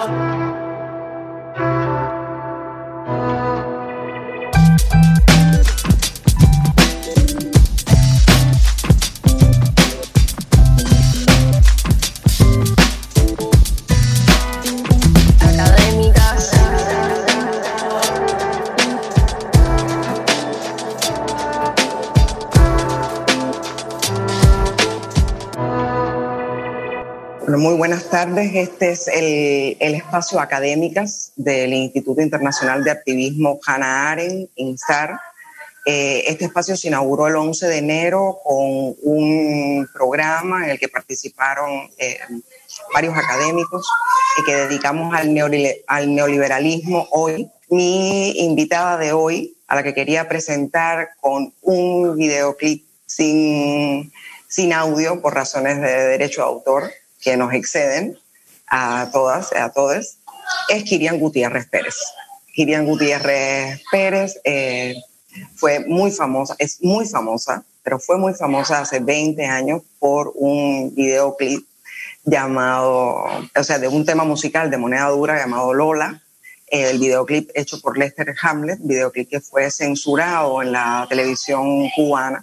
Bueno, muy buenas tardes. Este es el espacio Académicas del Instituto Internacional de Activismo Hannah Arendt, INSAR. Este espacio se inauguró el 11 de enero con un programa en el que participaron varios académicos que dedicamos al neoliberalismo hoy. Mi invitada de hoy, a la que quería presentar con un videoclip sin audio por razones de derecho de autor, que nos exceden a todas y a todos, es Kirian Gutiérrez Pérez. Kirian Gutiérrez Pérez fue muy famosa, es muy famosa, pero fue muy famosa hace 20 años por un videoclip llamado, o sea, de un tema musical de moneda dura llamado Lola, el videoclip hecho por Lester Hamlet, videoclip que fue censurado en la televisión cubana,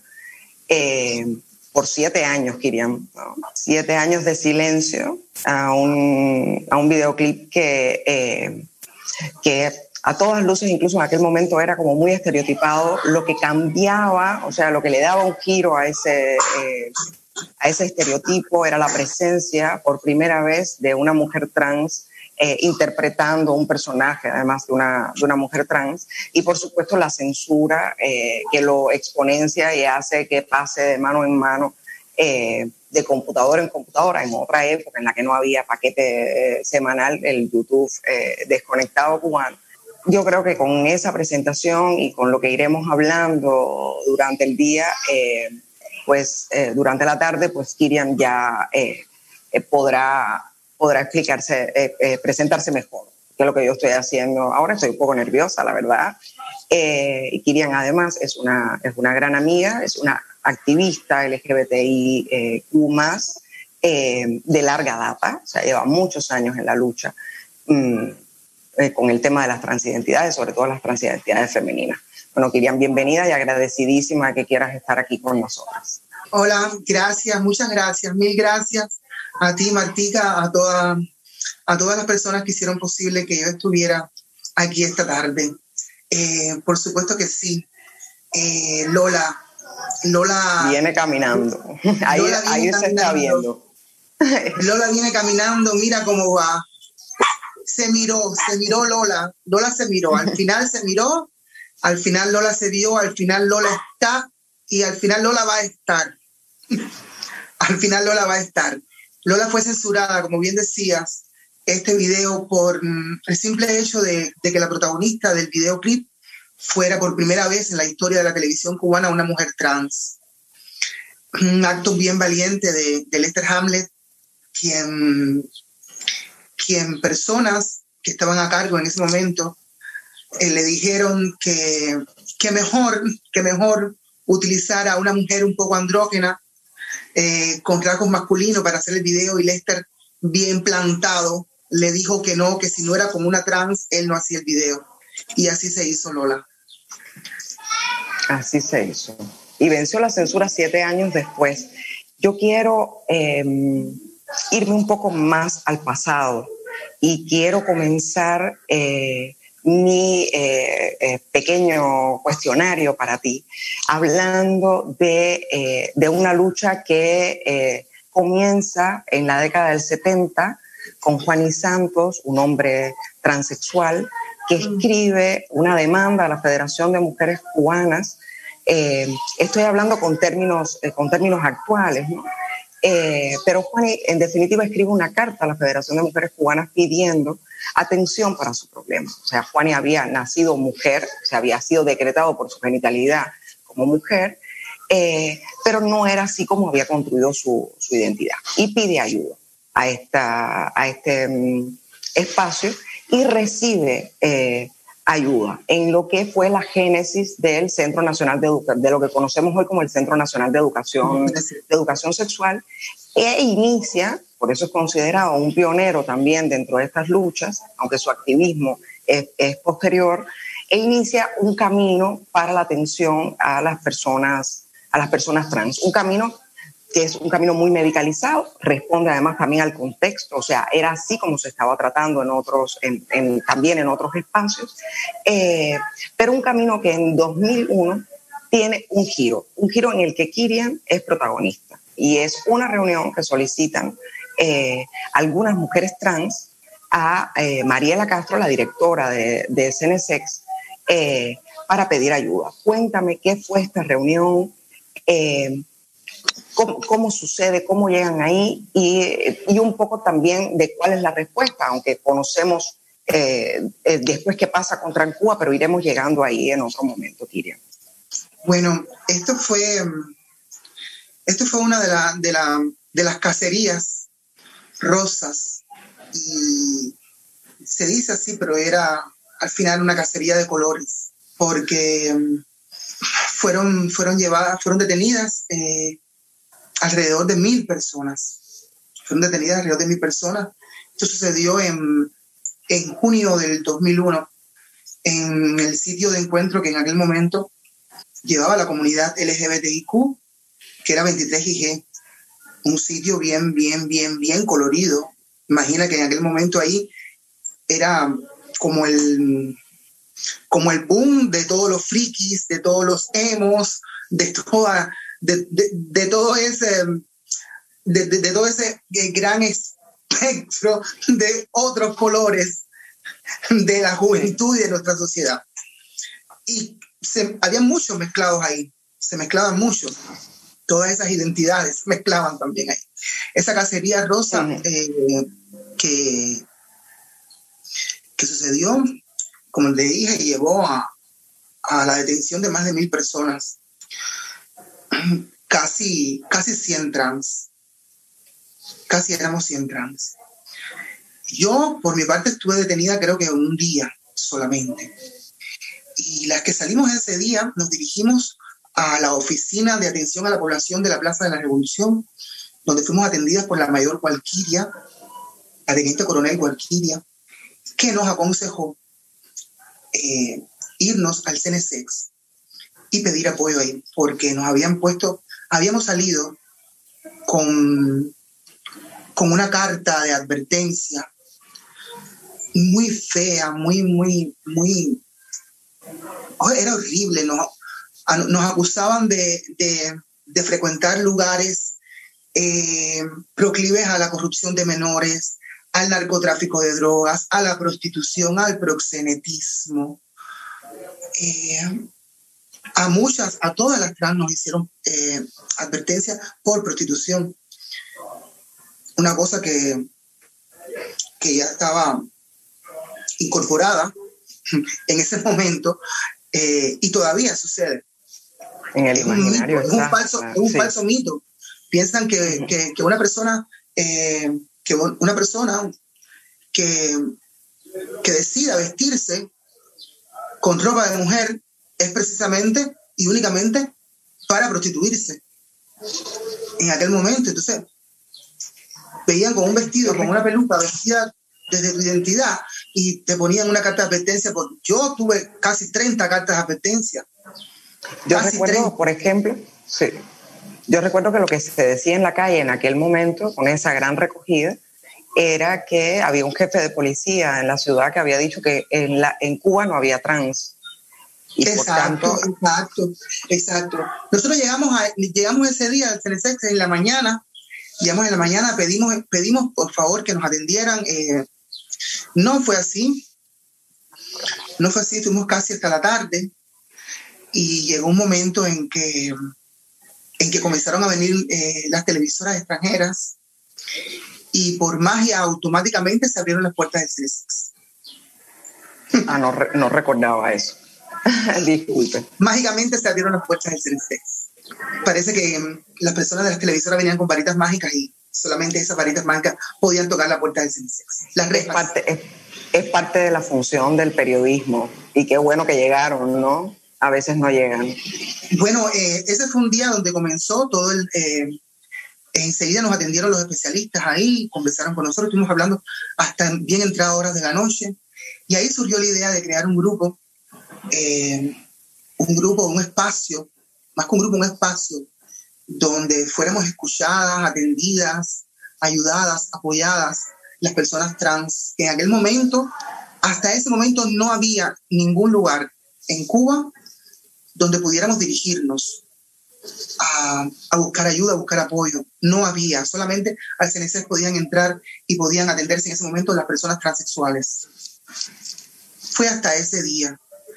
por 7 años, Kirian, ¿no? 7 años de silencio a un videoclip que a todas luces, incluso en aquel momento, era como muy estereotipado. Lo que cambiaba, o sea, lo que le daba un giro a ese estereotipo era la presencia por primera vez de una mujer trans interpretando un personaje, además de una mujer trans, y por supuesto la censura que lo exponencia y hace que pase de mano en mano, de computadora en computadora, en otra época en la que no había paquete semanal, el YouTube desconectado cubano. Yo creo que con esa presentación y con lo que iremos hablando durante el día, durante la tarde, pues Kirian ya podrá explicarse, presentarse mejor, que es lo que yo estoy haciendo ahora. Estoy un poco nerviosa, la verdad. Y Kirian además es una gran amiga, es una activista LGBTIQ+, de larga data, o sea, lleva muchos años en la lucha con el tema de las transidentidades, sobre todo las transidentidades femeninas. Bueno, Kirian, bienvenida y agradecidísima que quieras estar aquí con nosotras. Hola, gracias, muchas gracias, mil gracias a ti, Martica, a todas las personas que hicieron posible que yo estuviera aquí esta tarde. Por supuesto que sí. Lola viene caminando. Ahí se está viendo. Lola viene caminando, mira cómo va. Se miró Lola. Lola se miró, al final se miró, al final Lola se vio, al final Lola está y al final Lola va a estar. Al final Lola va a estar. Lola fue censurada, como bien decías, este video por el simple hecho de que la protagonista del videoclip fuera por primera vez en la historia de la televisión cubana una mujer trans. Un acto bien valiente de Lester Hamlet, quien personas que estaban a cargo en ese momento le dijeron que mejor utilizar a una mujer un poco andrógena, con rasgos masculinos para hacer el video, y Lester, bien plantado, le dijo que no, que si no era como una trans, él no hacía el video. Y así se hizo, Lola. Así se hizo. Y venció la censura 7 años después. Yo quiero irme un poco más al pasado y quiero comenzar mi pequeño cuestionario para ti, hablando de una lucha que comienza en la década del 70 con Juani Santos, un hombre transexual, que escribe una demanda a la Federación de Mujeres Cubanas. Estoy hablando con términos actuales, ¿no? Pero Juani, en definitiva, escribe una carta a la Federación de Mujeres Cubanas pidiendo atención para su problema. O sea, Juani había nacido mujer, o sea, había sido decretado por su genitalidad como mujer, pero no era así como había construido su identidad. Y pide ayuda a este espacio y recibe ayuda en lo que fue la génesis del Centro Nacional de lo que conocemos hoy como el Centro Nacional de Educación Sexual, e inicia por eso es considerado un pionero también dentro de estas luchas, aunque su activismo es posterior, e inicia un camino para la atención a las personas trans, un camino que es un camino muy medicalizado, responde además también al contexto, o sea, era así como se estaba tratando también en otros espacios, pero un camino que en 2001 tiene un giro en el que Kyrian es protagonista, y es una reunión que solicitan algunas mujeres trans a Mariela Castro, la directora de SNSX, para pedir ayuda. Cuéntame qué fue esta reunión, cómo sucede, cómo llegan ahí y un poco también de cuál es la respuesta, aunque conocemos después qué pasa con Trancuba, pero iremos llegando ahí en otro momento, Kyrian. Bueno, esto fue una de las cacerías rosas, y se dice así, pero era al final una cacería de colores, porque fueron detenidas alrededor de 1,000 personas. Fueron detenidas alrededor de 1,000 personas. Esto sucedió en junio del 2001, en el sitio de encuentro que en aquel momento llevaba la comunidad LGBTIQ, que era 23IG, un sitio bien colorido. Imagina que en aquel momento ahí era como el boom de todos los frikis, de todos los emos, de todo ese gran espectro de otros colores de la juventud y de nuestra sociedad. Y había muchos mezclados ahí, se mezclaban mucho, todas esas identidades se mezclaban también ahí. Esa cacería rosa que sucedió, como le dije, llevó a la detención de más de 1,000 personas, casi 100 trans, casi éramos 100 trans. Yo, por mi parte, estuve detenida creo que un día solamente. Y las que salimos ese día nos dirigimos a la oficina de atención a la población de la Plaza de la Revolución, donde fuimos atendidas por la mayor Walkiria, la teniente coronel Walkiria, que nos aconsejó irnos al SNSX y pedir apoyo ahí, porque habíamos salido con una carta de advertencia muy fea, era horrible, nos acusaban de frecuentar lugares proclives a la corrupción de menores, al narcotráfico de drogas, a la prostitución, al proxenetismo. A todas las trans nos hicieron advertencia por prostitución. Una cosa que ya estaba incorporada en ese momento y todavía sucede. En el imaginario es un falso mito. Piensan que una persona que decida vestirse con ropa de mujer es precisamente y únicamente para prostituirse. En aquel momento, entonces, veían con un vestido, con una peluca, vestida desde tu identidad, y te ponían una carta de advertencia. Yo tuve casi 30 cartas de advertencia. Yo recuerdo, por ejemplo, yo recuerdo que lo que se decía en la calle en aquel momento, con esa gran recogida, era que había un jefe de policía en la ciudad que había dicho que en Cuba no había trans. Y exacto. Nosotros llegamos ese día al CNSX en la mañana. Llegamos en la mañana, pedimos por favor que nos atendieran. No fue así, fuimos casi hasta la tarde, y llegó un momento en que comenzaron a venir las televisoras extranjeras, y por magia automáticamente se abrieron las puertas del CNSX. No recordaba eso. Disculpe. Mágicamente se abrieron las puertas del CNSX. Parece que las personas de las televisoras venían con varitas mágicas, y solamente esas varitas mágicas podían tocar la puerta del CNSX. Es parte de la función del periodismo, y qué bueno que llegaron, ¿no? A veces no llegan. Bueno, ese fue un día donde comenzó todo Enseguida nos atendieron los especialistas ahí, conversaron con nosotros, estuvimos hablando hasta bien entradas horas de la noche, y ahí surgió la idea de crear un grupo, un espacio, más que un grupo, un espacio, donde fuéramos escuchadas, atendidas, ayudadas, apoyadas las personas trans, que en aquel momento, hasta ese momento, no había ningún lugar en Cuba donde pudiéramos dirigirnos a buscar ayuda, a buscar apoyo. No había, solamente al CNC podían entrar y podían atenderse en ese momento las personas transexuales. Fue hasta ese día.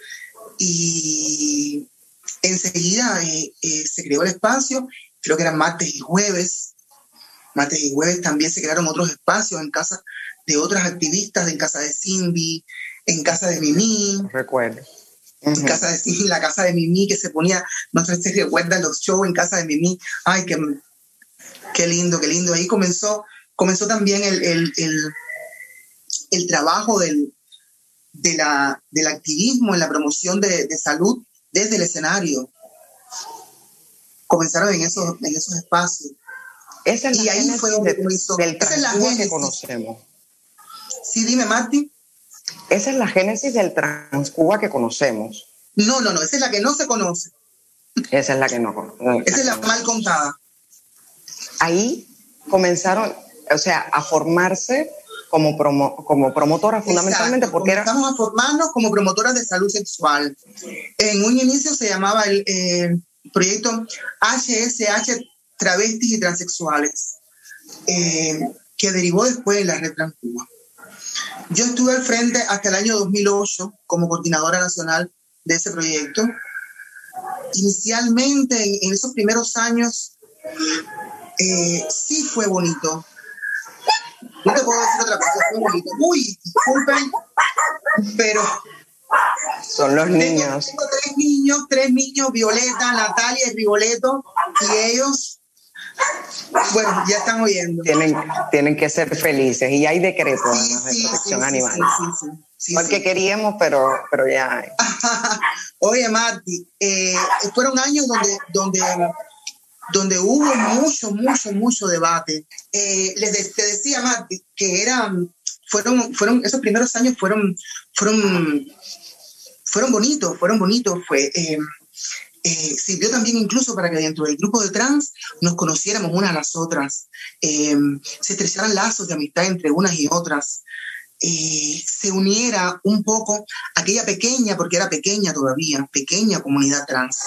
Y enseguida se creó el espacio, creo que eran martes y jueves. Martes y jueves también se crearon otros espacios en casa de otras activistas, en casa de Cindy, en casa de Mimi. Recuerdo. En casa de Cindy, la casa de Mimi, que se ponía, no sé si recuerdan los shows en casa de Mimi. Ay, qué lindo, qué lindo. Ahí comenzó también el trabajo del activismo en la promoción de salud desde el escenario. Comenzaron en esos espacios. Esa es y la ahí génesis fue donde comenzó. del Esa es la transcuba génesis que conocemos. Sí, dime, Marti. Esa es la génesis del transcuba que conocemos. No, esa es la que no se conoce. Esa es la que no conocemos. Esa es la mal contada. Ahí comenzaron, o sea, a formarse como promotoras. Exacto, fundamentalmente porque comenzamos a formarnos como promotoras de salud sexual. En un inicio se llamaba el proyecto HSH Travestis y Transexuales, que derivó después en la Red Transcuba. Yo estuve al frente hasta el año 2008 como coordinadora nacional de ese proyecto. Inicialmente, en esos primeros años, sí fue bonito. No te puedo decir otra cosa, fue bonito. Uy, disculpen, pero... Son los niños. Tengo tres niños, Violeta, Natalia y Rigoletto, y ellos, bueno, ya están oyendo. Tienen que ser felices, y hay decretos de protección animal. No el que queríamos, pero ya hay. Oye, Marti, fueron años donde hubo mucho debate. Te decía, Marti, que fueron esos primeros años fueron bonitos. Sirvió también incluso para que dentro del grupo de trans nos conociéramos unas a las otras, se estrecharan lazos de amistad entre unas y otras, se uniera un poco aquella pequeña, porque era pequeña todavía, pequeña comunidad trans.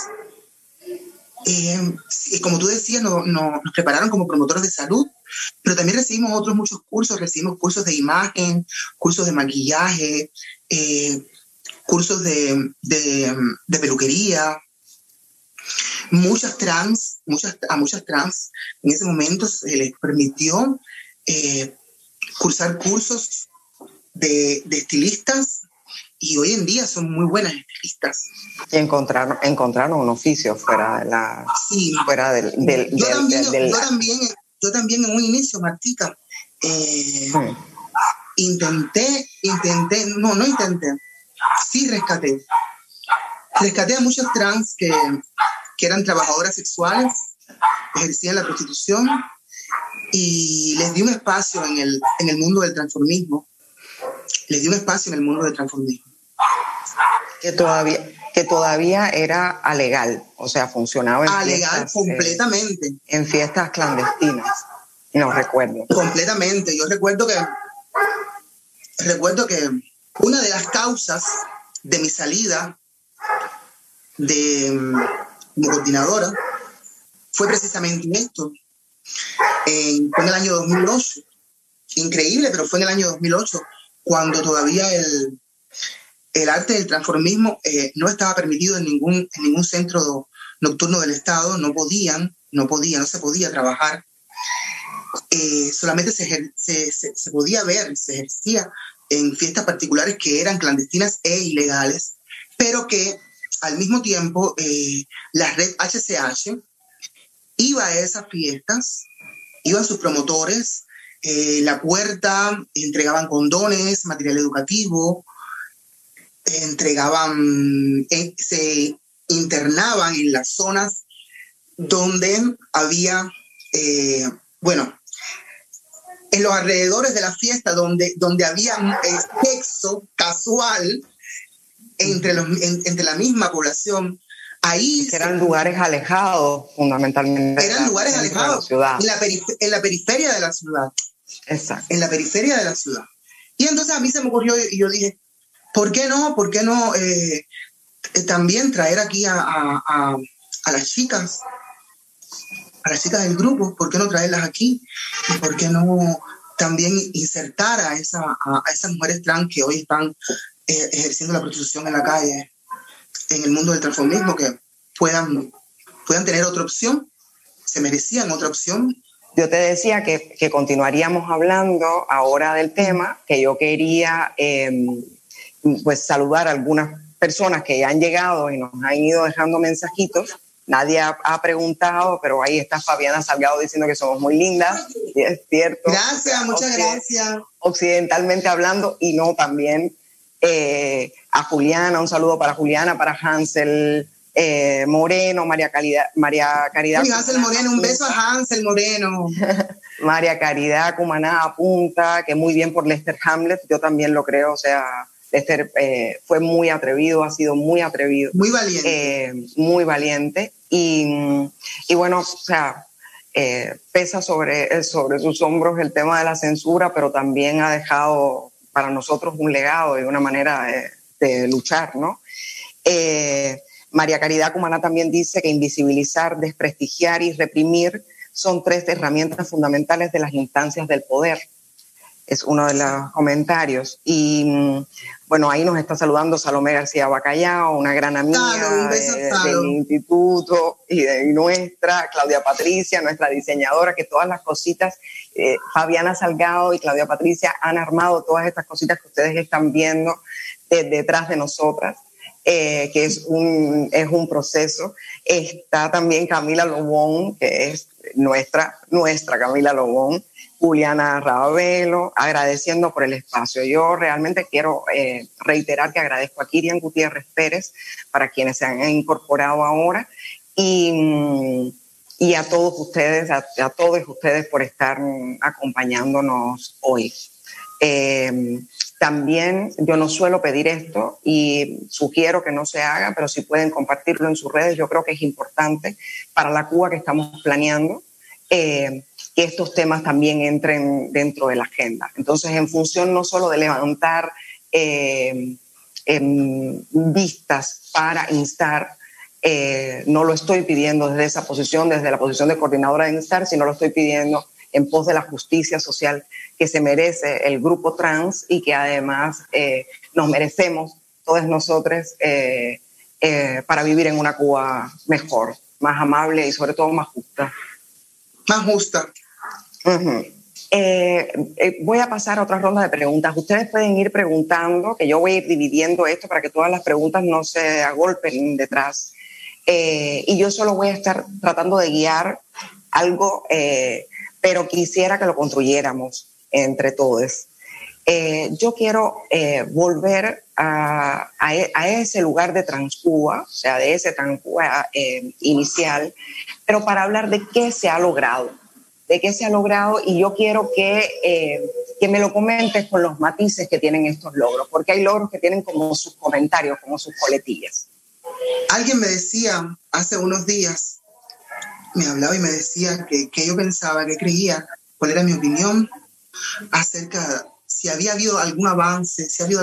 Como tú decías, nos prepararon como promotores de salud, pero también recibimos otros muchos cursos, recibimos cursos de imagen, cursos de maquillaje, cursos de peluquería. A muchas trans en ese momento se les permitió cursar cursos de estilistas, y hoy en día son muy buenas estilistas. Y encontraron un oficio fuera de la... Sí. Fuera del yo también en un inicio, Martica, rescaté a muchas trans que eran trabajadoras sexuales, ejercían la prostitución, y les di un espacio en el mundo del transformismo. Que todavía era alegal, o sea, funcionaba en fiestas, completamente. En fiestas clandestinas, no recuerdo. Completamente. Yo recuerdo que una de las causas de mi salida como coordinadora fue precisamente esto. Fue en el año 2008. Increíble, pero fue en el año 2008, cuando todavía el arte del transformismo no estaba permitido en ningún centro nocturno del Estado. No se podía trabajar. Solamente se podía ver, se ejercía en fiestas particulares que eran clandestinas e ilegales, pero que al mismo tiempo la red HCH iba a esas fiestas, iban sus promotores, la puerta, entregaban condones, material educativo, se internaban en las zonas donde había bueno, en los alrededores de la fiesta donde había sexo casual entre la misma población, ahí que eran lugares alejados fundamentalmente. Eran lugares alejados, en la periferia de la ciudad. Exacto. En la periferia de la ciudad. Y entonces a mí se me ocurrió y yo dije, ¿por qué no también traer aquí a las chicas? A las chicas del grupo, ¿por qué no traerlas aquí? ¿Y por qué no también insertar a esas mujeres trans que hoy están ejerciendo la prostitución en la calle, en el mundo del transformismo, que puedan tener otra opción? Se merecían otra opción. Yo te decía que continuaríamos hablando ahora del tema, que yo quería pues saludar a algunas personas que ya han llegado y nos han ido dejando mensajitos. Nadie ha preguntado, pero ahí está Fabiana Salgado diciendo que somos muy lindas, y es cierto. Gracias, muchas gracias. Occidentalmente hablando, y no también a Juliana, un saludo para Juliana, para Hansel Moreno, María Caridad. Uy, Hansel Moreno, un beso a Hansel Moreno. María Caridad Cumaná apunta que muy bien por Lester Hamlet, yo también lo creo, o sea, Lester fue muy atrevido, ha sido muy atrevido. Muy valiente. Muy valiente. Y bueno, o sea, pesa sobre sus hombros el tema de la censura, pero también ha dejado para nosotros un legado y una manera de luchar, ¿no? María Caridad Cumaná también dice que invisibilizar, desprestigiar y reprimir son 3 herramientas fundamentales de las instancias del poder. Es uno de los comentarios. Y bueno, ahí nos está saludando Salomé García Bacallao, una gran amiga del instituto y de nuestra, Claudia Patricia, nuestra diseñadora, que todas las cositas, Fabiana Salgado y Claudia Patricia han armado todas estas cositas que ustedes están viendo detrás de nosotras. Que es un proceso. Está también Camila Lobón, que es nuestra Camila Lobón, Juliana Ravelo, agradeciendo por el espacio. Yo realmente quiero reiterar que agradezco a Kirian Gutiérrez Pérez, para quienes se han incorporado ahora, y a todos ustedes, a todos ustedes por estar acompañándonos hoy. También yo no suelo pedir esto y sugiero que no se haga, pero si pueden compartirlo en sus redes, yo creo que es importante para la Cuba que estamos planeando, que estos temas también entren dentro de la agenda. Entonces, en función no solo de levantar vistas para instar, no lo estoy pidiendo desde esa posición, desde la posición de coordinadora de instar, sino lo estoy pidiendo en pos de la justicia social que se merece el grupo trans y que además nos merecemos todos nosotros para vivir en una Cuba mejor, más amable y sobre todo más justa. Más justa. Uh-huh. Voy a pasar a otra ronda de preguntas. Ustedes pueden ir preguntando, que yo voy a ir dividiendo esto para que todas las preguntas no se agolpen detrás. Y yo solo voy a estar tratando de guiar algo, pero quisiera que lo construyéramos entre todos. Yo quiero volver a ese lugar de Transcuba, o sea, de ese Transcuba inicial, pero para hablar de qué se ha logrado, y yo quiero que me lo comentes con los matices que tienen estos logros, porque hay logros que tienen como sus comentarios, como sus coletillas. Alguien me decía hace unos días, me hablaba y me decía que yo pensaba, que creía, cuál era mi opinión acerca si había habido algún avance,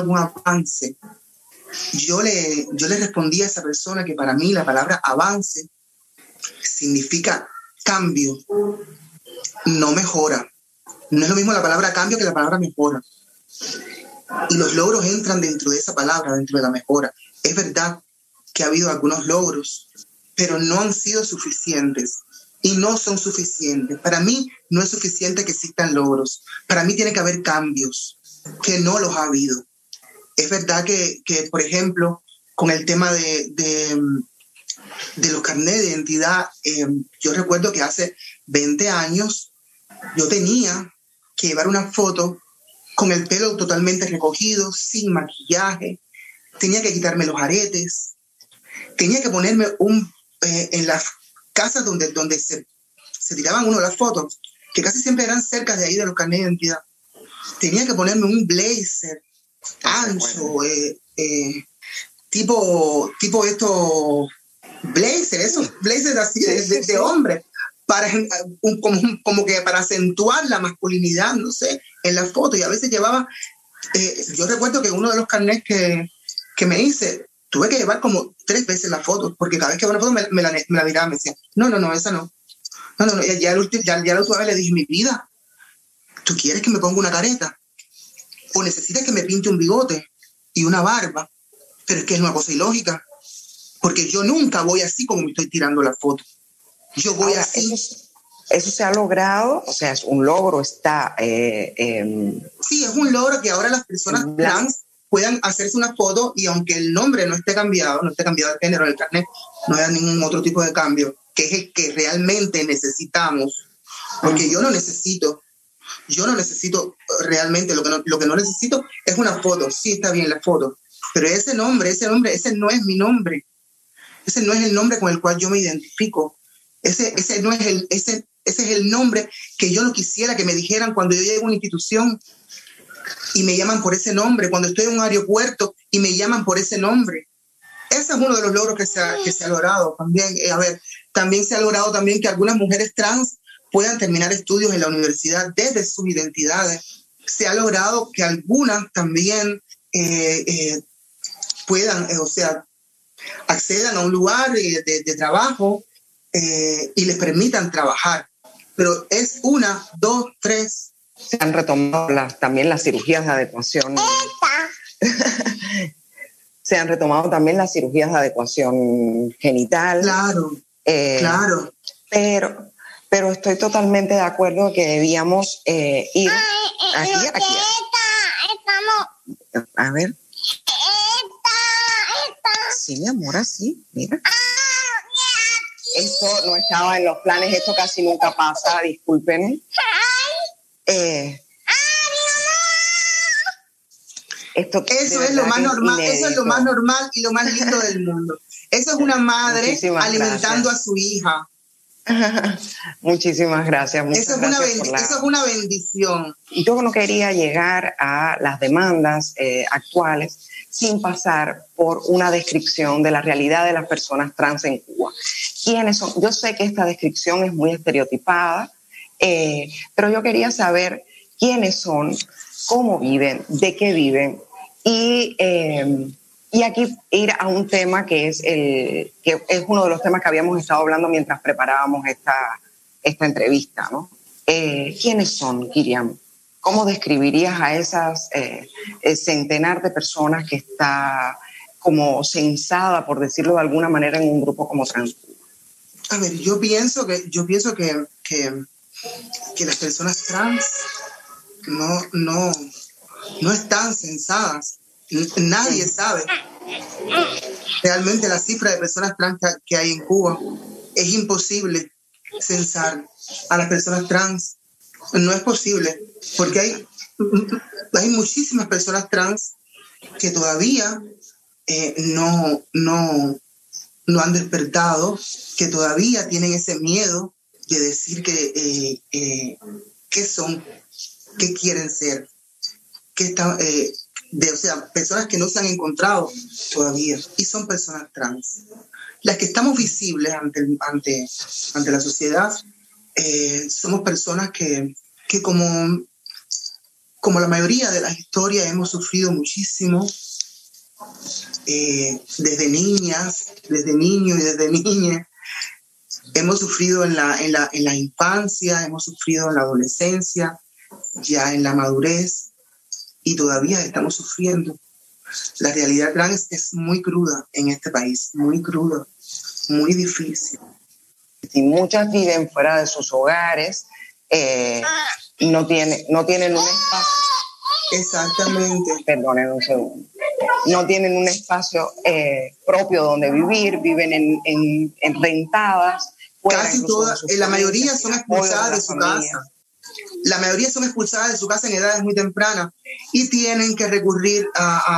Yo le respondí a esa persona que para mí la palabra avance significa cambio, no mejora. No es lo mismo la palabra cambio que la palabra mejora. Y los logros entran dentro de esa palabra, dentro de la mejora. Es verdad que ha habido algunos logros, pero no han sido suficientes y no son suficientes. Para mí no es suficiente que existan logros. Para mí tiene que haber cambios, que no los ha habido. Es verdad que por ejemplo, con el tema de los carnets de identidad, yo recuerdo que hace 20 años yo tenía que llevar una foto con el pelo totalmente recogido, sin maquillaje, tenía que quitarme los aretes, tenía que ponerme en las casas donde se se tiraban uno las fotos, que casi siempre eran cerca de ahí de los carnets de identidad. Tenía que ponerme un blazer ancho, tipo estos blazers, esos blazers así de hombre, para como que para acentuar la masculinidad, no sé, en la foto. Y a veces llevaba, yo recuerdo que uno de los carnets que me hice, tuve que llevar como 3 veces la foto, porque cada vez que iba una foto me la miraba, me decía, no, esa no. No, ya la última vez le dije, mi vida, ¿tú quieres que me ponga una careta? ¿O necesitas que me pinte un bigote y una barba? Pero es que es una cosa ilógica, porque yo nunca voy así como me estoy tirando la foto. Yo voy así. Eso se ha logrado, o sea, es un logro, está... Sí, es un logro que ahora las personas trans puedan hacerse una foto y aunque el nombre no esté cambiado el género en el carnet, no haya ningún otro tipo de cambio, que es el que realmente necesitamos, porque yo no necesito realmente, lo que no necesito es una foto. Sí, está bien la foto, pero ese no es mi nombre, ese no es el nombre con el cual yo me identifico, ese es el nombre que yo no quisiera que me dijeran cuando yo llego a una institución y me llaman por ese nombre, cuando estoy en un aeropuerto y me llaman por ese nombre. Ese es uno de los logros que se ha logrado también. También se ha logrado también que algunas mujeres trans puedan terminar estudios en la universidad desde sus identidades. Se ha logrado que algunas también puedan, accedan a un lugar de trabajo y les permitan trabajar. Pero es 1, 2, 3. Se han retomado también las cirugías de adecuación. Se han retomado también las cirugías de adecuación genital. Claro, claro. Pero estoy totalmente de acuerdo que debíamos ir aquí. A ver. Sí, mi amor, así, mira. Esto no estaba en los planes, esto casi nunca pasa, discúlpenme. Eso es lo más normal, eso es lo más normal y lo más lindo del mundo. Eso es una madre alimentando a su hija. Muchísimas gracias. Eso es una bendición. Yo no quería llegar a las demandas actuales sin pasar por una descripción de la realidad de las personas trans en Cuba. ¿Quiénes son? Yo sé que esta descripción es muy estereotipada, pero yo quería saber quiénes son, cómo viven, de qué viven y aquí ir a un tema que es uno de los temas que habíamos estado hablando mientras preparábamos esta entrevista, ¿no? ¿Quiénes son, Kyriam? ¿Cómo describirías a esas centenar de personas que está como censada, por decirlo de alguna manera, en un grupo como Transcuba? A ver, yo pienso que las personas trans no están censadas. Nadie sabe realmente la cifra de personas trans que hay en Cuba. Es imposible censar a las personas trans. No es posible, porque hay muchísimas personas trans que todavía no han despertado, que todavía tienen ese miedo de decir qué son, qué quieren ser, personas que no se han encontrado todavía y son personas trans. Las que estamos visibles ante la sociedad somos personas que como la mayoría de las historias hemos sufrido muchísimo desde niñas, desde niños y desde niñas. Hemos sufrido en la infancia, hemos sufrido en la adolescencia, ya en la madurez, y todavía estamos sufriendo. La realidad trans es muy cruda en este país, muy cruda, muy difícil. Y muchas viven fuera de sus hogares, no tienen un espacio. Exactamente. Perdonen un segundo. No tienen un espacio propio donde vivir, viven en rentadas. Casi todas, la mayoría son expulsadas de su casa. La mayoría son expulsadas de su casa en edades muy tempranas y tienen que recurrir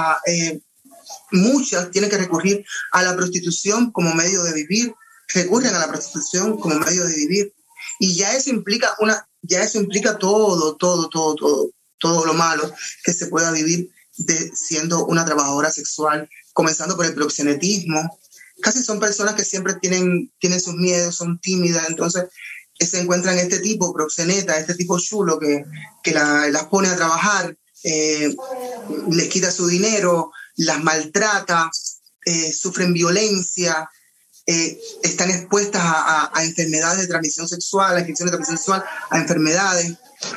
muchas tienen que recurrir a la prostitución como medio de vivir, recurren a la prostitución como medio de vivir Y ya eso implica todo lo malo que se pueda vivir siendo una trabajadora sexual, comenzando por el proxenetismo. Casi son personas que siempre tienen sus miedos, son tímidas, entonces se encuentran este tipo proxeneta, este tipo chulo que las pone a trabajar, les quita su dinero, las maltrata, sufren violencia, están expuestas a enfermedades de transmisión sexual, a infecciones de transmisión sexual, a enfermedades.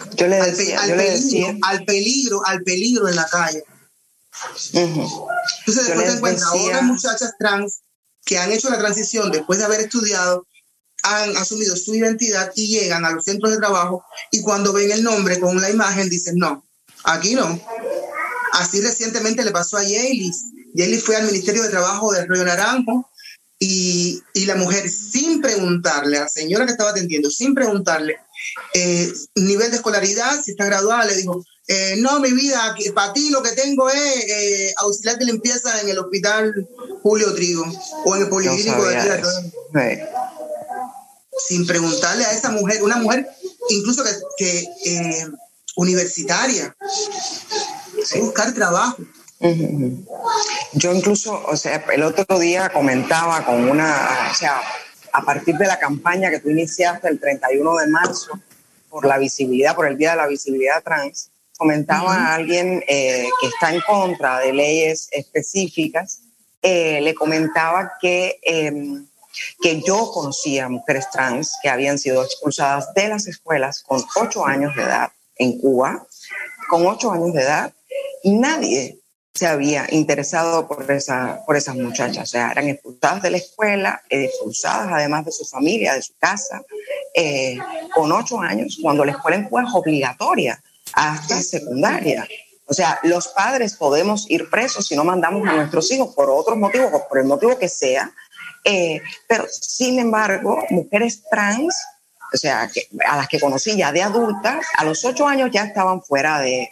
Al peligro en la calle. Uh-huh. Entonces después te encuentras otras muchachas trans que han hecho la transición después de haber estudiado, han asumido su identidad y llegan a los centros de trabajo y cuando ven el nombre con la imagen dicen no, aquí no. Así recientemente le pasó a Yeilis. Yeilis fue al Ministerio de Trabajo de Río Naranjo y la mujer, sin preguntarle, a la señora que estaba atendiendo, sin preguntarle nivel de escolaridad, si está graduada, le dijo, no, mi vida, para ti lo que tengo es auxiliar de limpieza en el hospital Julio Trigo o en el policlínico de aquí. Sin preguntarle a esa mujer, una mujer incluso que universitaria, buscar trabajo. Uh-huh. Yo incluso, el otro día comentaba con a partir de la campaña que tú iniciaste el 31 de marzo por la visibilidad, por el Día de la Visibilidad Trans, comentaba a alguien que está en contra de leyes específicas, le comentaba que yo conocía mujeres trans que habían sido expulsadas de las escuelas con 8 años de edad en Cuba, con 8 años de edad, y nadie se había interesado por esas muchachas. O sea, eran expulsadas de la escuela, expulsadas además de su familia, de su casa, con 8 años, cuando la escuela en Cuba es obligatoria hasta secundaria. O sea, los padres podemos ir presos si no mandamos a nuestros hijos por otros motivos, por el motivo que sea, pero sin embargo, mujeres trans, o sea, a las que conocí ya de adultas, a los 8 años ya estaban fuera de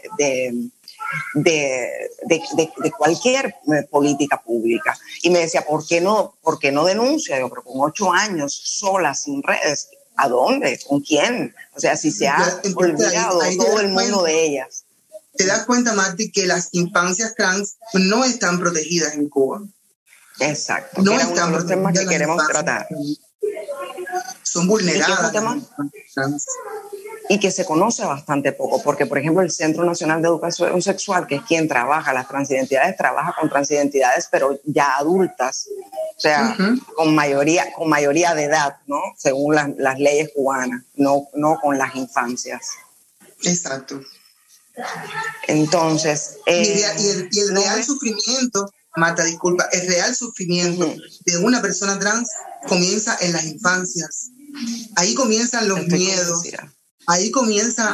cualquier política pública. Y me decía, ¿por qué no denuncia? Digo, pero con 8 años, sola, sin redes, ¿a dónde? ¿Con quién? O sea, si se ha olvidado todo el mundo de ellas. Te das cuenta, Marti, que las infancias trans no están protegidas en Cuba. Exacto. No están uno de los temas que queremos tratar. Son vulneradas. Y que se conoce bastante poco, porque, por ejemplo, el Centro Nacional de Educación Sexual, que es quien trabaja las transidentidades, trabaja con transidentidades, pero ya adultas, o sea, con mayoría de edad, ¿no? Según las leyes cubanas, no con las infancias. Exacto. Entonces... y el real sufrimiento, Marta, disculpa, el real sufrimiento de una persona trans comienza en las infancias. Ahí comienzan los miedos. Ahí comienza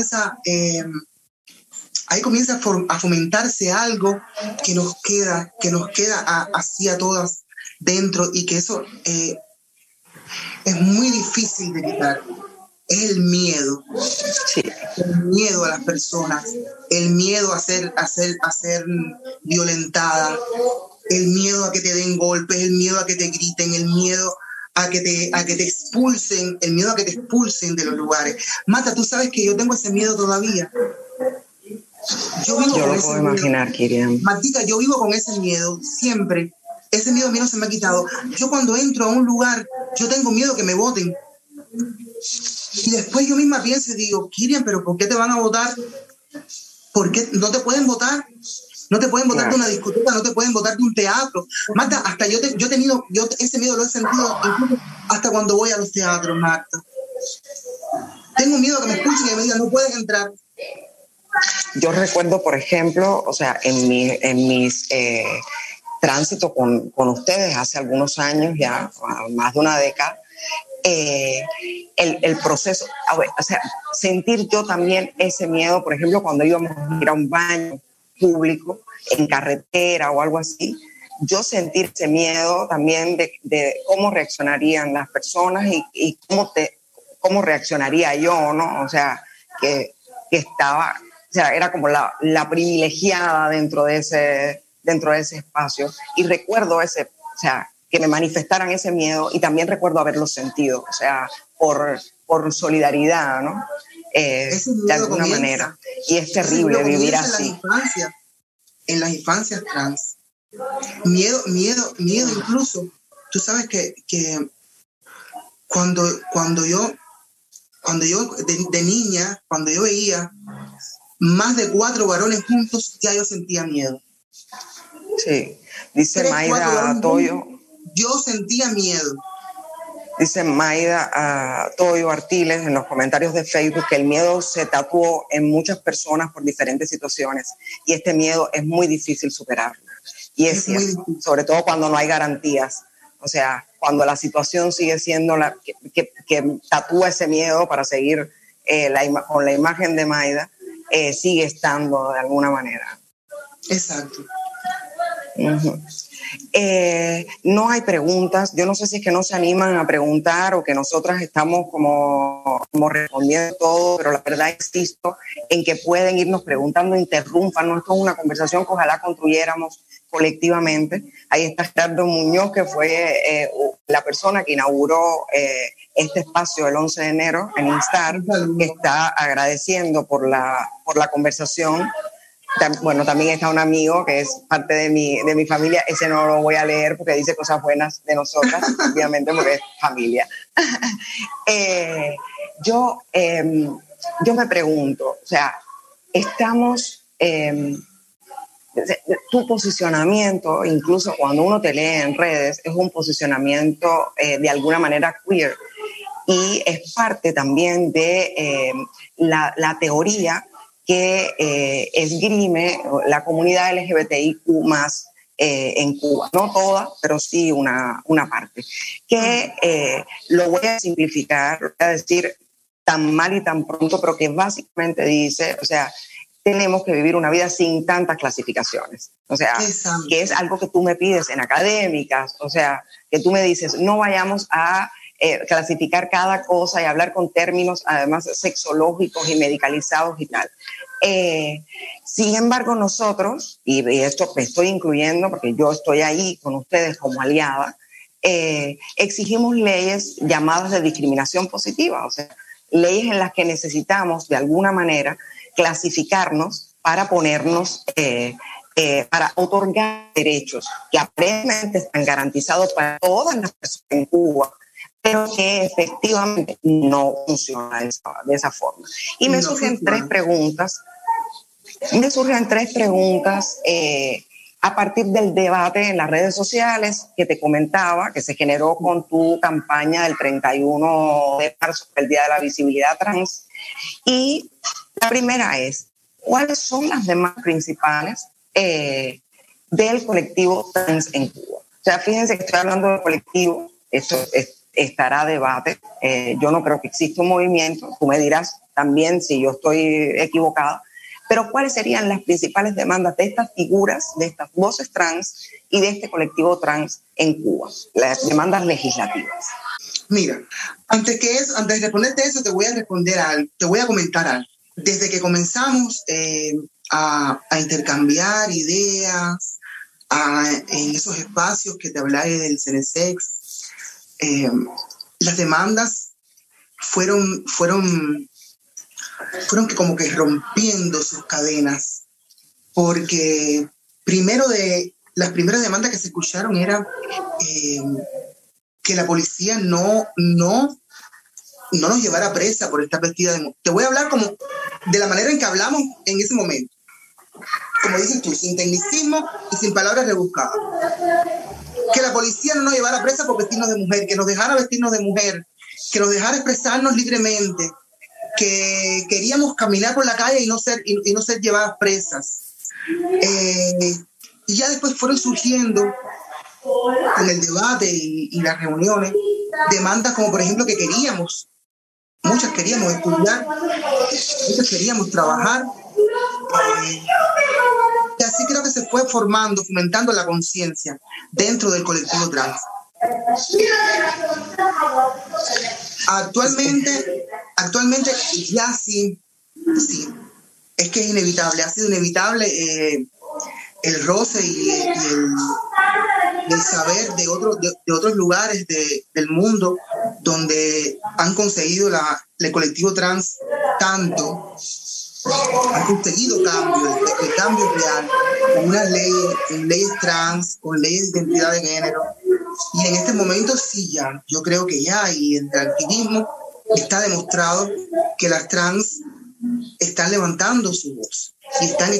a fomentarse algo que nos queda así a todas dentro y que eso es muy difícil de quitar. Es el miedo. Sí. El miedo a las personas, el miedo a ser violentada, el miedo a que te den golpes, el miedo a que te griten, el miedo a que te expulsen, el miedo a que te expulsen de los lugares. Marta, tú sabes que yo tengo ese miedo todavía. Yo lo puedo imaginar, Kiriam. Martica, yo vivo con ese miedo siempre. Ese miedo mío no se me ha quitado. Yo cuando entro a un lugar, yo tengo miedo que me voten. Y después yo misma pienso y digo, Kiriam, ¿pero por qué te van a votar? ¿Por qué no te pueden votar? No te pueden votar de una discoteca, no te pueden votar de un teatro. Marta, hasta yo ese miedo lo he sentido incluso hasta cuando voy a los teatros, Marta. Tengo miedo que me expulsen y que me digan, no pueden entrar. Yo recuerdo, por ejemplo, o sea, en mis tránsitos con ustedes hace algunos años ya, más de una década, el proceso, o sea, sentir yo también ese miedo, por ejemplo, cuando íbamos a ir a un baño público, en carretera o algo así, yo sentir ese miedo también de cómo reaccionarían las personas y cómo reaccionaría yo, ¿no? O sea, que estaba, o sea, era como la privilegiada dentro de ese espacio. Y recuerdo o sea, que me manifestaran ese miedo y también recuerdo haberlo sentido, o sea, por por solidaridad, ¿no? De alguna manera. Y es terrible vivir así. En las infancias trans. Miedo incluso. Tú sabes que cuando yo de niña, cuando yo veía más de 4 varones juntos, ya yo sentía miedo. Sí, dice Maida Toyo. Yo sentía miedo. Dice Maida Toyo Artiles en los comentarios de Facebook que el miedo se tatuó en muchas personas por diferentes situaciones y este miedo es muy difícil superarlo. Y es cierto, sobre todo cuando no hay garantías. O sea, cuando la situación sigue siendo la que tatúa ese miedo para seguir con la imagen de Maida, sigue estando de alguna manera. Exacto. Uh-huh. No hay preguntas. Yo no sé si es que no se animan a preguntar o que nosotras estamos como respondiendo todo, pero la verdad insisto en que pueden irnos preguntando, interrumpan. Esto es una conversación que ojalá construyéramos colectivamente. Ahí está Gerardo Muñoz, que fue la persona que inauguró este espacio el 11 de enero en Instar, que está agradeciendo por la conversación. Bueno, también está un amigo que es parte de mi familia. Ese no lo voy a leer porque dice cosas buenas de nosotras, obviamente porque es familia. Yo me pregunto, o sea, estamos... tu posicionamiento, incluso cuando uno te lee en redes, es un posicionamiento de alguna manera queer y es parte también de la teoría que esgrime la comunidad LGBTIQ+ en Cuba. No toda, pero sí una parte. Que lo voy a simplificar, lo voy a decir tan mal y tan pronto, pero que básicamente dice, o sea, tenemos que vivir una vida sin tantas clasificaciones. O sea, que es algo que tú me pides en académicas, o sea, que tú me dices, no vayamos a clasificar cada cosa y hablar con términos, además, sexológicos y medicalizados y tal. Sin embargo, nosotros, y esto me estoy incluyendo porque yo estoy ahí con ustedes como aliada, exigimos leyes llamadas de discriminación positiva, o sea, leyes en las que necesitamos, de alguna manera, clasificarnos para ponernos, para otorgar derechos que aparentemente están garantizados para todas las personas en Cuba, pero que efectivamente no funciona de esa forma. Y me surgen tres preguntas. A partir del debate en las redes sociales que te comentaba, que se generó con tu campaña del 31 de marzo, el Día de la Visibilidad Trans. Y la primera es, ¿cuáles son las demandas principales del colectivo trans en Cuba? O sea, fíjense que estoy hablando del colectivo, esto estará a debate. Yo no creo que exista un movimiento, tú me dirás también si yo estoy equivocada, pero ¿cuáles serían las principales demandas de estas figuras, de estas voces trans y de este colectivo trans en Cuba? Las demandas legislativas. Mira, antes de responderte eso, te voy a comentar algo. Desde que comenzamos a intercambiar ideas en esos espacios que te hablé del CNSEX, las demandas fueron que como que rompiendo sus cadenas, porque las primeras demandas que se escucharon era que la policía no nos llevara presa por estar vestida de mujer. Te voy a hablar como de la manera en que hablamos en ese momento, como dices tú, sin tecnicismo y sin palabras rebuscadas. Que la policía no nos llevara presa por vestirnos de mujer, que nos dejara vestirnos de mujer, que nos dejara expresarnos libremente, que queríamos caminar por la calle y no ser llevadas presas. Y ya después fueron surgiendo en el debate y las reuniones demandas como, por ejemplo, que muchas queríamos estudiar, muchas queríamos trabajar. Y así creo que se fue fomentando la conciencia dentro del colectivo trans. Actualmente ya sí, es que es inevitable, ha sido inevitable el roce y el saber de otros lugares del mundo donde han conseguido el colectivo trans tanto, han conseguido cambios, el cambio real, con unas leyes, con leyes trans, con leyes de identidad de género. Y en este momento sí ya, yo creo que ya, y en el activismo está demostrado que las trans están levantando su voz y están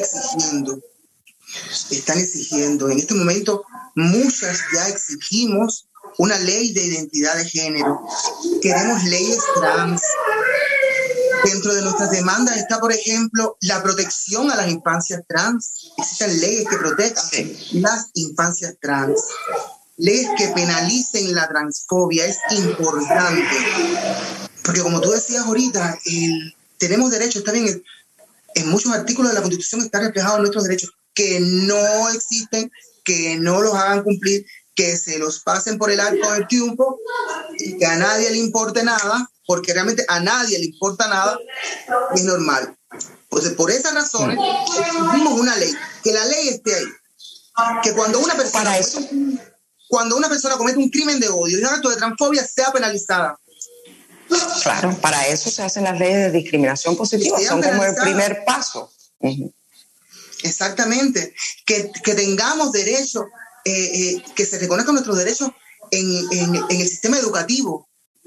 exigiendo. En este momento muchas ya exigimos una ley de identidad de género. Queremos leyes trans. Dentro de nuestras demandas está, por ejemplo, la protección a las infancias trans. Existen leyes que protejan las infancias trans. Leyes que penalicen la transfobia. Es importante. Porque como tú decías ahorita, tenemos derechos, está bien, en muchos artículos de la Constitución está reflejado nuestros derechos, que no existen, que no los hagan cumplir, que se los pasen por el arco del triunfo, y que a nadie le importe nada, porque realmente a nadie le importa nada, es normal. Entonces, por esas razones, exigimos una ley, que la ley esté ahí, que cuando una persona comete un crimen de odio y un acto de transfobia sea penalizada. Claro, para eso se hacen las leyes de discriminación positiva, son como el primer paso. Exactamente, que tengamos derechos, que se reconozcan nuestros derechos en el sistema educativo.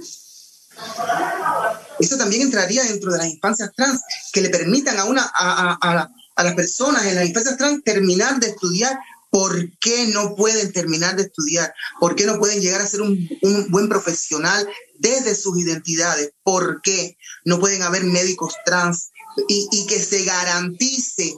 Eso también entraría dentro de las infancias trans, que le permitan a las personas en las infancias trans terminar de estudiar. ¿Por qué no pueden terminar de estudiar? ¿Por qué no pueden llegar a ser un buen profesional desde sus identidades? ¿Por qué no pueden haber médicos trans? Y que se garantice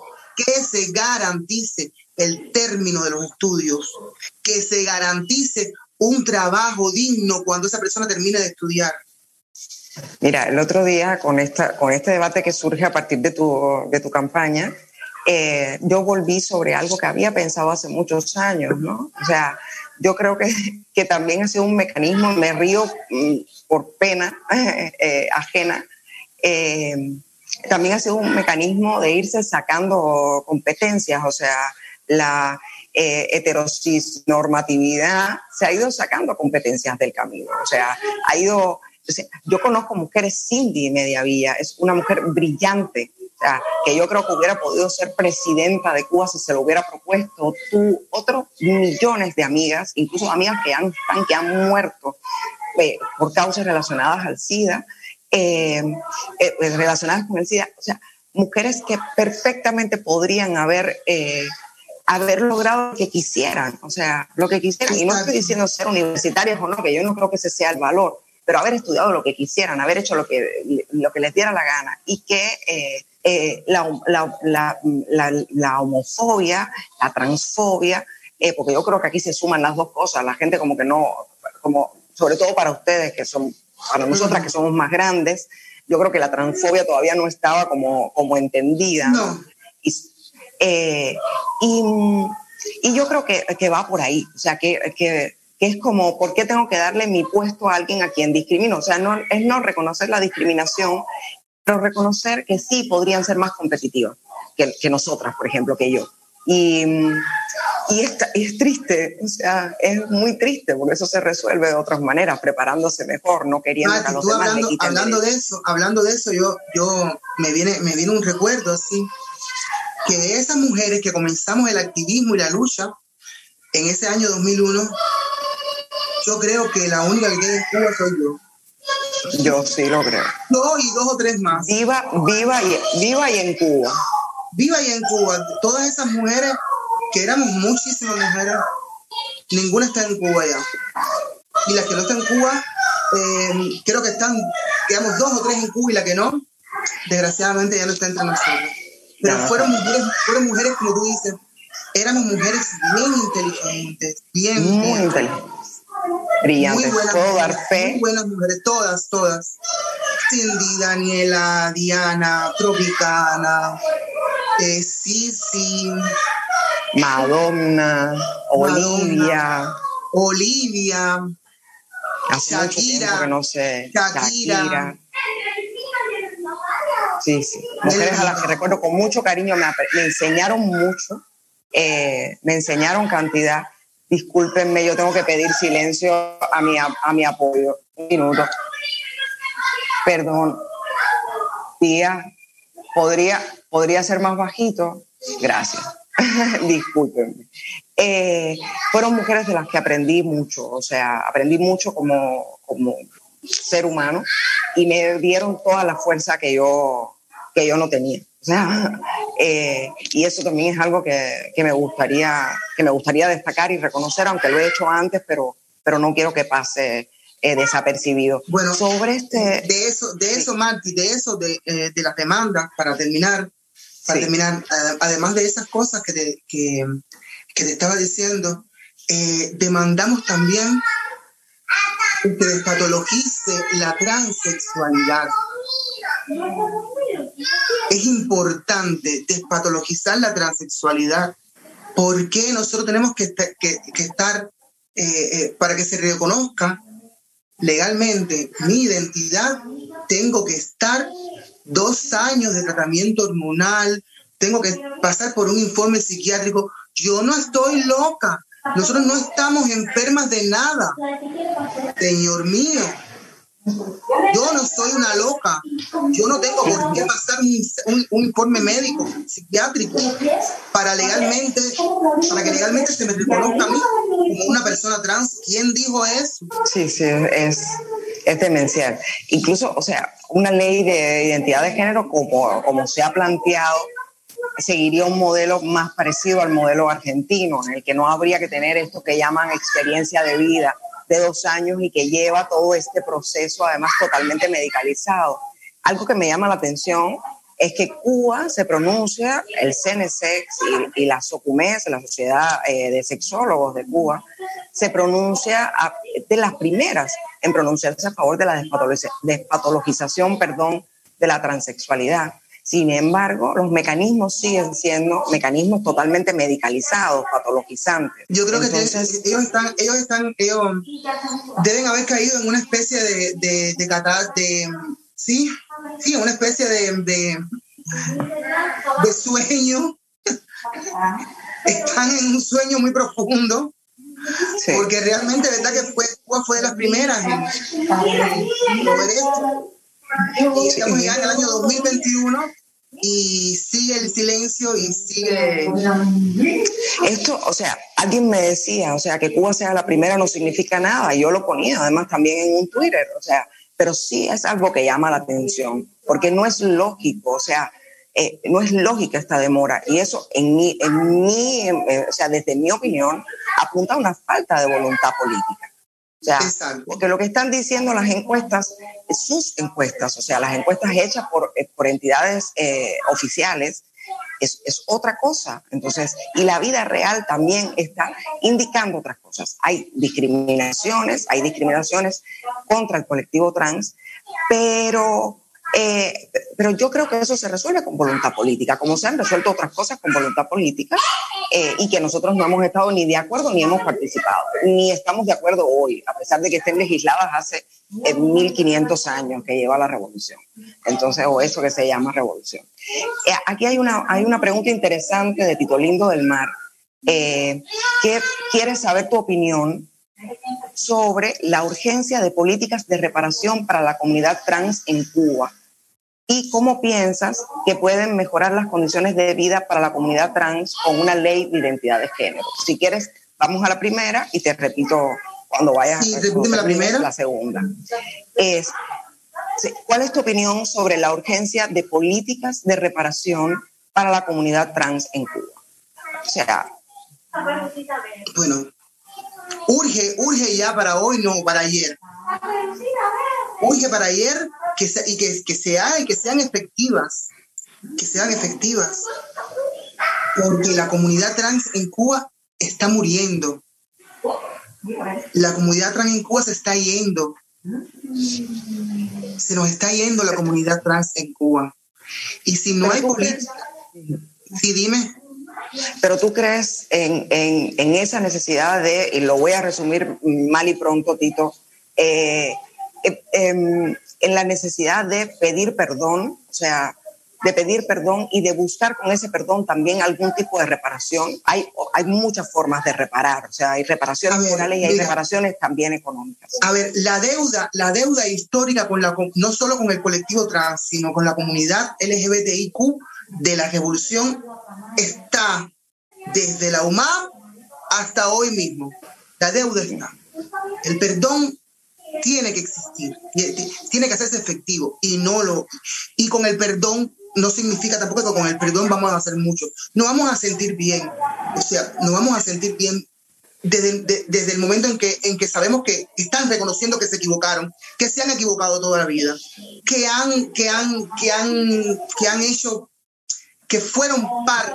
el término de los estudios, que se garantice un trabajo digno cuando esa persona termine de estudiar. Mira, el otro día con este debate que surge a partir de tu campaña, yo volví sobre algo que había pensado hace muchos años, ¿no? O sea, yo creo que también ha sido un mecanismo, me río por pena ajena, también ha sido un mecanismo de irse sacando competencias, o sea, la heterosis normatividad se ha ido sacando competencias del camino, o sea, yo conozco mujeres. Cindy Mediavilla es una mujer brillante, o sea, que yo creo que hubiera podido ser presidenta de Cuba si se lo hubiera propuesto. Otros millones de amigas, incluso amigas que han muerto por causas relacionadas al SIDA, relacionadas con el SIDA, o sea, mujeres que perfectamente podrían haber logrado lo que quisieran, o sea, lo que quisieran, y no estoy diciendo ser universitarias o no, que yo no creo que ese sea el valor, pero haber estudiado lo que quisieran, haber hecho lo que les diera la gana, y que la homofobia, la transfobia, porque yo creo que aquí se suman las dos cosas, la gente como que no, sobre todo para ustedes para nosotras que somos más grandes, yo creo que la transfobia todavía no estaba como entendida. No. Y yo creo que va por ahí, o sea, que es como, ¿por qué tengo que darle mi puesto a alguien a quien discrimino? O sea, no reconocer la discriminación, pero reconocer que sí podrían ser más competitivas que nosotras, por ejemplo, que yo. Y es triste, o sea, es muy triste, porque eso se resuelve de otras maneras, preparándose mejor, no queriendo que a los demás le quiten hablando de eso, yo me viene un recuerdo así, que de esas mujeres que comenzamos el activismo y la lucha en ese año 2001, yo creo que la única que queda en Cuba soy yo. Yo sí lo creo. No, y 2 o 3 más. Viva y en Cuba. Viva y en Cuba. Todas esas mujeres, que éramos muchísimas mujeres, ninguna está en Cuba ya. Y las que no están en Cuba, creo que quedamos 2 o 3 en Cuba, y la que no, desgraciadamente ya no está entre nosotros. Pero fueron mujeres, como tú dices, éramos mujeres bien inteligentes, muy inteligentes. Brillantes, puedo dar fe. Muy buenas mujeres, todas. Cindy, Daniela, Diana, Tropicana, Sisi, Madonna, Olivia, Shakira, que no sé, Shakira. Sí. Mujeres a las que recuerdo con mucho cariño, me enseñaron mucho, me enseñaron cantidad. Discúlpenme, yo tengo que pedir silencio a mi apoyo. Un minuto. Perdón. Tía, ¿podría ser más bajito? Gracias. Discúlpenme. Fueron mujeres de las que aprendí mucho, o sea, aprendí mucho como ser humano y me dieron toda la fuerza que yo no tenía. O sea, y eso también es algo que me gustaría destacar y reconocer, aunque lo he hecho antes, pero no quiero que pase desapercibido. Bueno, sobre de eso, Marti, de las demandas, para terminar, además de esas cosas que te estaba diciendo, demandamos también que despatologice la transexualidad. Es importante despatologizar la transexualidad, porque nosotros tenemos que estar, para que se reconozca legalmente mi identidad, tengo que estar 2 años de tratamiento hormonal, tengo que pasar por un informe psiquiátrico. Yo no estoy loca, nosotros no estamos enfermas de nada, señor mío. Yo no soy una loca, yo no tengo por qué pasar un informe médico, psiquiátrico, para que legalmente se me reconozca a mí como una persona trans. ¿Quién dijo eso? Sí, es demencial. Incluso, o sea, una ley de identidad de género, como se ha planteado, seguiría un modelo más parecido al modelo argentino, en el que no habría que tener esto que llaman experiencia de vida de 2 años y que lleva todo este proceso además totalmente medicalizado. Algo que me llama la atención es que Cuba se pronuncia, el CNSEX y la SOCUMES, la Sociedad de Sexólogos de Cuba, se pronuncia de las primeras en pronunciarse a favor de la despatologización de la transexualidad. Sin embargo, los mecanismos siguen siendo mecanismos totalmente medicalizados, patologizantes. Yo creo que ellos deben haber caído en una especie una especie de sueño. Están en un sueño muy profundo, sí. Porque realmente, verdad que fue de las primeras en mover esto. Y estamos ya en el año 2021 y sigue el silencio y sigue... Esto, o sea, alguien me decía, o sea, que Cuba sea la primera no significa nada. Yo lo ponía además también en un Twitter, o sea, pero sí es algo que llama la atención, porque no es lógico, o sea, no es lógica esta demora. Y eso, o sea, desde mi opinión, apunta a una falta de voluntad política. O sea, porque lo que están diciendo las encuestas, sus encuestas, o sea, las encuestas hechas por entidades oficiales, es otra cosa. Entonces, y la vida real también está indicando otras cosas. Hay discriminaciones contra el colectivo trans, pero yo creo que eso se resuelve con voluntad política, como se han resuelto otras cosas con voluntad política, y que nosotros no hemos estado ni de acuerdo ni hemos participado, ni estamos de acuerdo hoy, a pesar de que estén legisladas hace 1500 años que lleva la revolución. Entonces, o eso que se llama revolución. Aquí hay una pregunta interesante de Tito Lindo del Mar, que quiere saber tu opinión sobre la urgencia de políticas de reparación para la comunidad trans en Cuba. ¿Y cómo piensas que pueden mejorar las condiciones de vida para la comunidad trans con una ley de identidad de género? Si quieres, vamos a la primera y te repito cuando vayas repíteme la primera. La segunda. ¿Cuál es tu opinión sobre la urgencia de políticas de reparación para la comunidad trans en Cuba? O sea... Bueno, urge ya para hoy, no para ayer. Urge para ayer que sean efectivas, porque la comunidad trans en Cuba está muriendo. La comunidad trans en Cuba se está yendo. Se nos está yendo la comunidad trans en Cuba. Y si no hay política... Sí, dime. Pero tú crees en esa necesidad de, y lo voy a resumir mal y pronto, Tito, en la necesidad de pedir perdón, o sea, de pedir perdón y de buscar con ese perdón también algún tipo de reparación. Hay muchas formas de reparar, o sea, hay reparaciones morales y hay reparaciones también económicas. A ver, la deuda histórica no solo con el colectivo trans, sino con la comunidad LGBTIQ de la revolución está desde la UMAP hasta hoy mismo. La deuda está. El perdón tiene que existir, tiene que hacerse efectivo y con el perdón no significa tampoco que con el perdón vamos a hacer mucho. Nos vamos a sentir bien, o sea, nos vamos a sentir bien desde el momento en que sabemos que están reconociendo que se equivocaron, que se han equivocado toda la vida, que han hecho, que fueron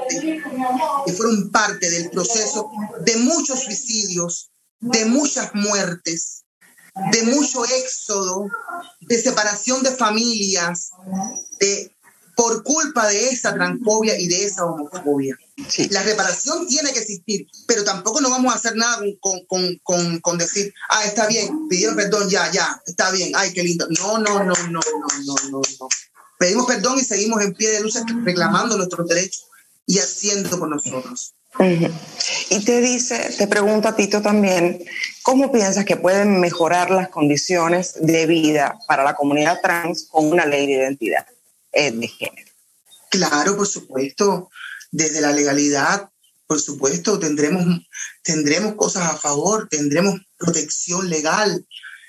parte del proceso de muchos suicidios, de muchas muertes, de mucho éxodo, de separación de familias, por culpa de esa transfobia y de esa homofobia. Sí. La reparación tiene que existir, pero tampoco no vamos a hacer nada con decir, está bien, pidieron perdón, ya, está bien, ay, qué lindo. No. Pedimos perdón y seguimos en pie de lucha reclamando nuestros derechos y haciendo por nosotros. Uh-huh. Y te pregunto a Tito también, ¿cómo piensas que pueden mejorar las condiciones de vida para la comunidad trans con una ley de identidad de género? Claro, por supuesto, desde la legalidad, por supuesto, tendremos cosas a favor, tendremos protección legal,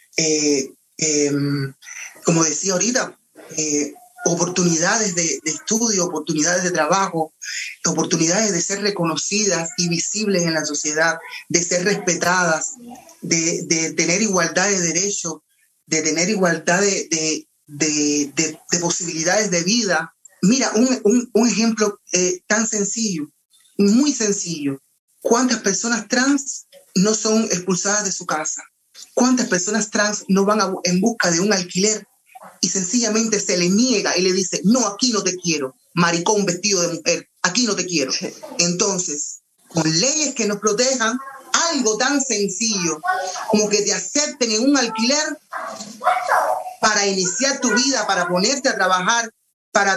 como decía ahorita, oportunidades de estudio, oportunidades de trabajo, oportunidades de ser reconocidas y visibles en la sociedad, de ser respetadas, de tener igualdad de derechos, de tener igualdad de posibilidades de vida. Mira, un ejemplo tan sencillo, muy sencillo. ¿Cuántas personas trans no son expulsadas de su casa? ¿Cuántas personas trans no van en busca de un alquiler y sencillamente se le niega y le dice, no, aquí no te quiero, maricón vestido de mujer, aquí no te quiero? Entonces, con leyes que nos protejan, algo tan sencillo como que te acepten en un alquiler para iniciar tu vida, para ponerte a trabajar, para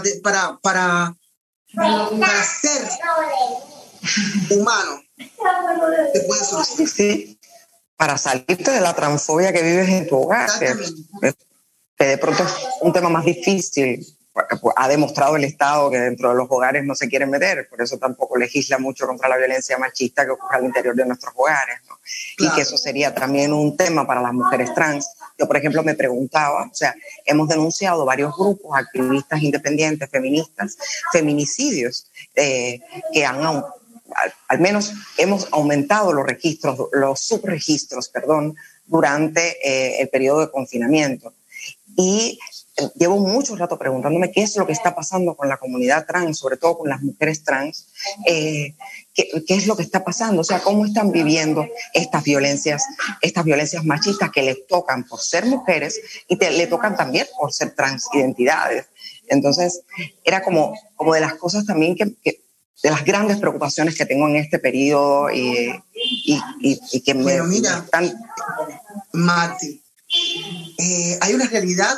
ser humano, te puede solucionar. Sí, para salirte de la transfobia que vives en tu hogar. Que de pronto es un tema más difícil. Ha demostrado el Estado que dentro de los hogares no se quieren meter, por eso tampoco legisla mucho contra la violencia machista que ocurre al interior de nuestros hogares, ¿no? Claro. Y que eso sería también un tema para las mujeres trans. Yo, por ejemplo, me preguntaba, o sea, hemos denunciado varios grupos, activistas independientes, feministas, feminicidios, que han, al menos hemos aumentado los subregistros, durante el periodo de confinamiento. Y llevo mucho rato preguntándome qué es lo que está pasando con la comunidad trans, sobre todo con las mujeres trans, qué es lo que está pasando, o sea, cómo están viviendo estas violencias machistas que les tocan por ser mujeres y le tocan también por ser transidentidades. Entonces, era como de las cosas también de las grandes preocupaciones que tengo en este periodo y que bueno, mira, están... Mati, hay una realidad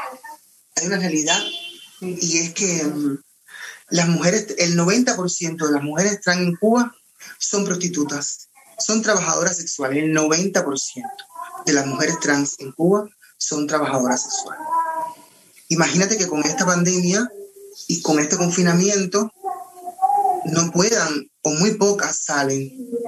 y es que las mujeres, el 90% de las mujeres trans en Cuba son prostitutas, son trabajadoras sexuales. El 90% de las mujeres trans en Cuba son trabajadoras sexuales. Imagínate que con esta pandemia y con este confinamiento no puedan, o muy pocas salen.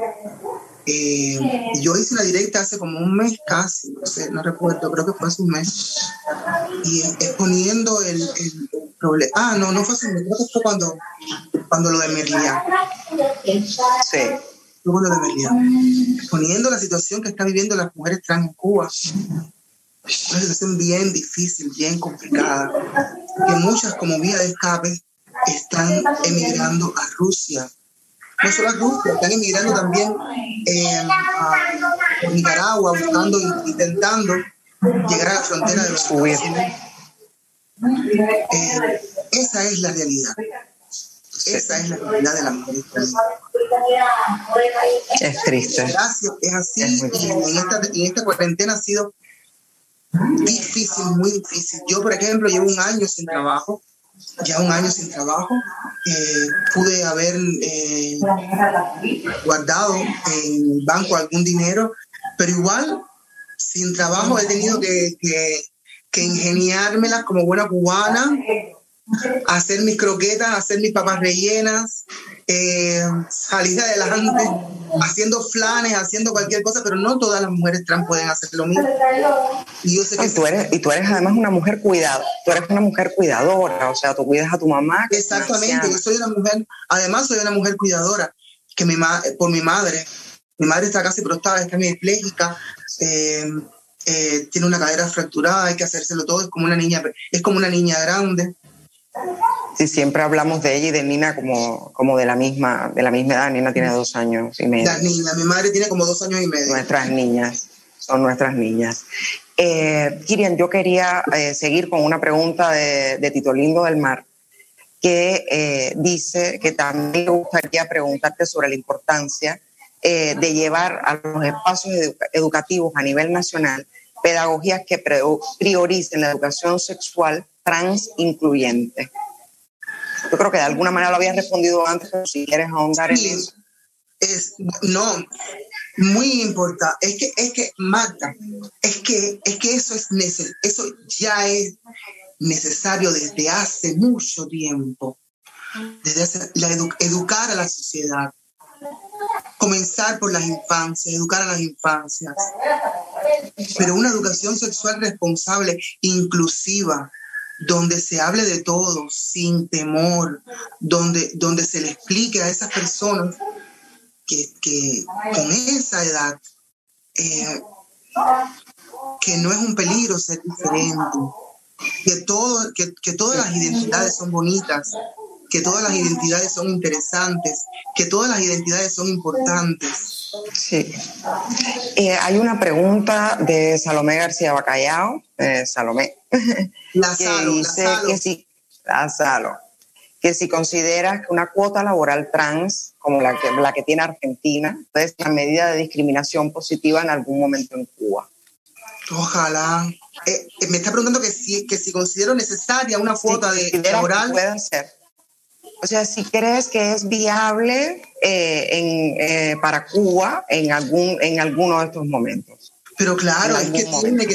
Yo hice una directa hace como un mes casi, no recuerdo, creo que fue hace un mes, y exponiendo el problema. No fue hace un mes, creo que fue cuando lo de Merliá. Sí. Luego lo de Merliá. Exponiendo la situación que están viviendo las mujeres trans en Cuba. Una situación bien difícil, bien complicada, que muchas como vía de escape están emigrando a Rusia. No solo a Rusia, están emigrando también a Nicaragua, intentando llegar a la frontera de los Estados Unidos. Esa es la realidad. Esa es la realidad de la mujer. Es triste. Gracias, es así. Y esta cuarentena ha sido difícil, muy difícil. Yo, por ejemplo, llevo un año sin trabajo. ya un año sin trabajo. Pude haber guardado en el banco algún dinero, pero igual, sin trabajo, he tenido que ingeniármelas como buena cubana, hacer mis croquetas, hacer mis papas rellenas, salir adelante, haciendo flanes, haciendo cualquier cosa, pero no todas las mujeres trans pueden hacer lo mismo. Y yo sé que tú eres además una mujer cuidadora, o sea, tú cuidas a tu mamá. Exactamente, yo soy una mujer, además soy una mujer cuidadora, que por mi madre está casi prostada, está hemipléjica, tiene una cadera fracturada, hay que hacérselo todo, es como una niña grande. Sí, siempre hablamos de ella y de Nina como de la misma edad. Nina tiene 2 años y medio. Las niñas, mi madre tiene como 2 años y medio. Son nuestras niñas. Kirian, yo quería seguir con una pregunta de Tito Lindo del Mar, que dice que también le gustaría preguntarte sobre la importancia de llevar a los espacios educativos a nivel nacional pedagogías que prioricen la educación sexual trans incluyente. Yo creo que de alguna manera lo habías respondido antes, pero si quieres ahondar en eso. No, muy importante. Es que Marta, es que eso ya es necesario desde hace mucho tiempo. Educar a la sociedad. Comenzar por las infancias, educar a las infancias. Pero una educación sexual responsable, inclusiva, donde se hable de todo sin temor, donde se le explique a esas personas que con esa edad que no es un peligro ser diferente, que todas las identidades son bonitas, que todas las identidades son interesantes, que todas las identidades son importantes. Sí. Hay una pregunta de Salomé García Bacallao, Salomé, que si consideras que una cuota laboral trans, como la que tiene Argentina, puede ser una medida de discriminación positiva en algún momento en Cuba. Ojalá. Me está preguntando que si considero necesaria una cuota laboral. Puede ser. O sea, si crees que es viable para Cuba en alguno de estos momentos. Pero claro, es que tiene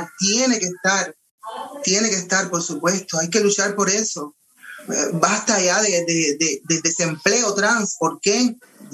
que estar, por supuesto. Hay que luchar por eso. Basta ya de desempleo trans. ¿Por qué?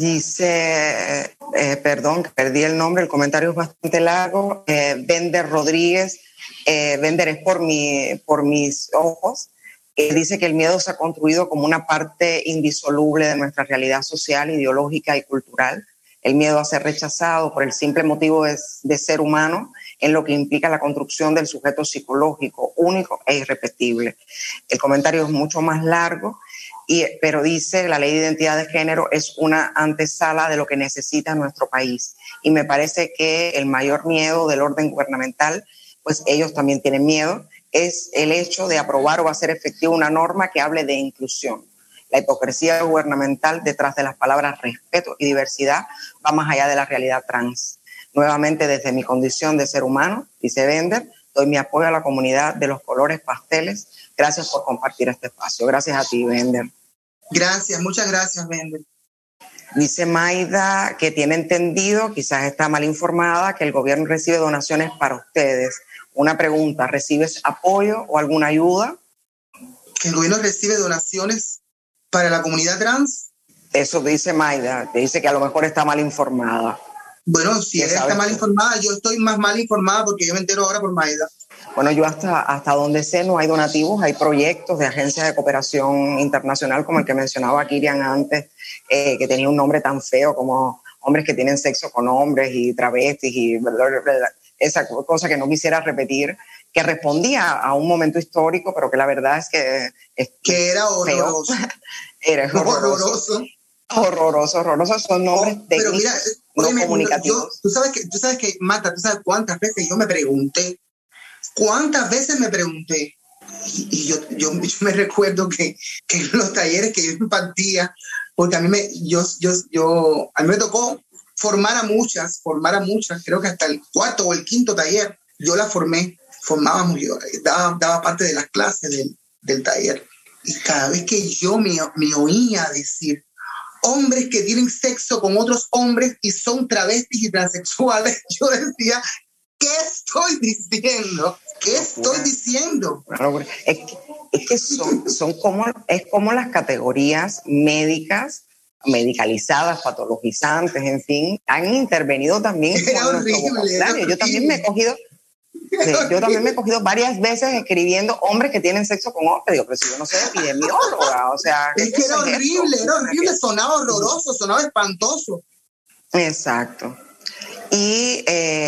Dice, perdón, que perdí el nombre, el comentario es bastante largo. Bender Rodríguez, Bender es por mis ojos. Dice que el miedo se ha construido como una parte indisoluble de nuestra realidad social, ideológica y cultural. El miedo a ser rechazado por el simple motivo de ser humano, en lo que implica la construcción del sujeto psicológico único e irrepetible. El comentario es mucho más largo, pero dice que la ley de identidad de género es una antesala de lo que necesita nuestro país. Y me parece que el mayor miedo del orden gubernamental, pues ellos también tienen miedo, es el hecho de aprobar o hacer efectiva una norma que hable de inclusión. La hipocresía gubernamental detrás de las palabras respeto y diversidad va más allá de la realidad trans. Nuevamente, desde mi condición de ser humano, dice Bender, doy mi apoyo a la comunidad de los colores pasteles. Gracias por compartir este espacio. Gracias a ti, Bender. Gracias, muchas gracias, Bender. Dice Maida que tiene entendido, quizás está mal informada, que el gobierno recibe donaciones para ustedes. Una pregunta, ¿recibes apoyo o alguna ayuda? ¿Que el gobierno recibe donaciones para la comunidad trans? Eso dice Maida, te dice que a lo mejor está mal informada. Bueno, si ella está mal informada, yo estoy más mal informada porque yo me entero ahora por Maida. Bueno, yo hasta donde sé no hay donativos, hay proyectos de agencias de cooperación internacional como el que mencionaba Kirian antes, que tenía un nombre tan feo como hombres que tienen sexo con hombres y travestis y esa cosa que no quisiera repetir, que respondía a un momento histórico, pero que la verdad es que era horroroso. Era horroroso. Horroroso. Son nombres pero mira, no comunicativos. Tú sabes que, Marta, tú sabes cuántas veces yo me pregunté. Y yo me recuerdo que en los talleres que yo impartía, porque a mí me tocó formar a muchas, creo que hasta el 4º o el 5º taller, yo las formábamos, yo daba parte de las clases del taller. Y cada vez que yo me oía decir hombres que tienen sexo con otros hombres y son travestis y transexuales, yo decía, ¿qué estoy diciendo? ¿Qué estoy diciendo? Es que es como las categorías médicas, medicalizadas, patologizantes, en fin, han intervenido también con nuestro vocabulario. Yo también me he cogido varias veces escribiendo hombres que tienen sexo con hombres. Digo, pero si yo no soy epidemióloga, o sea... Es que era horrible, sonaba horroroso, sonaba espantoso. Exacto. Y,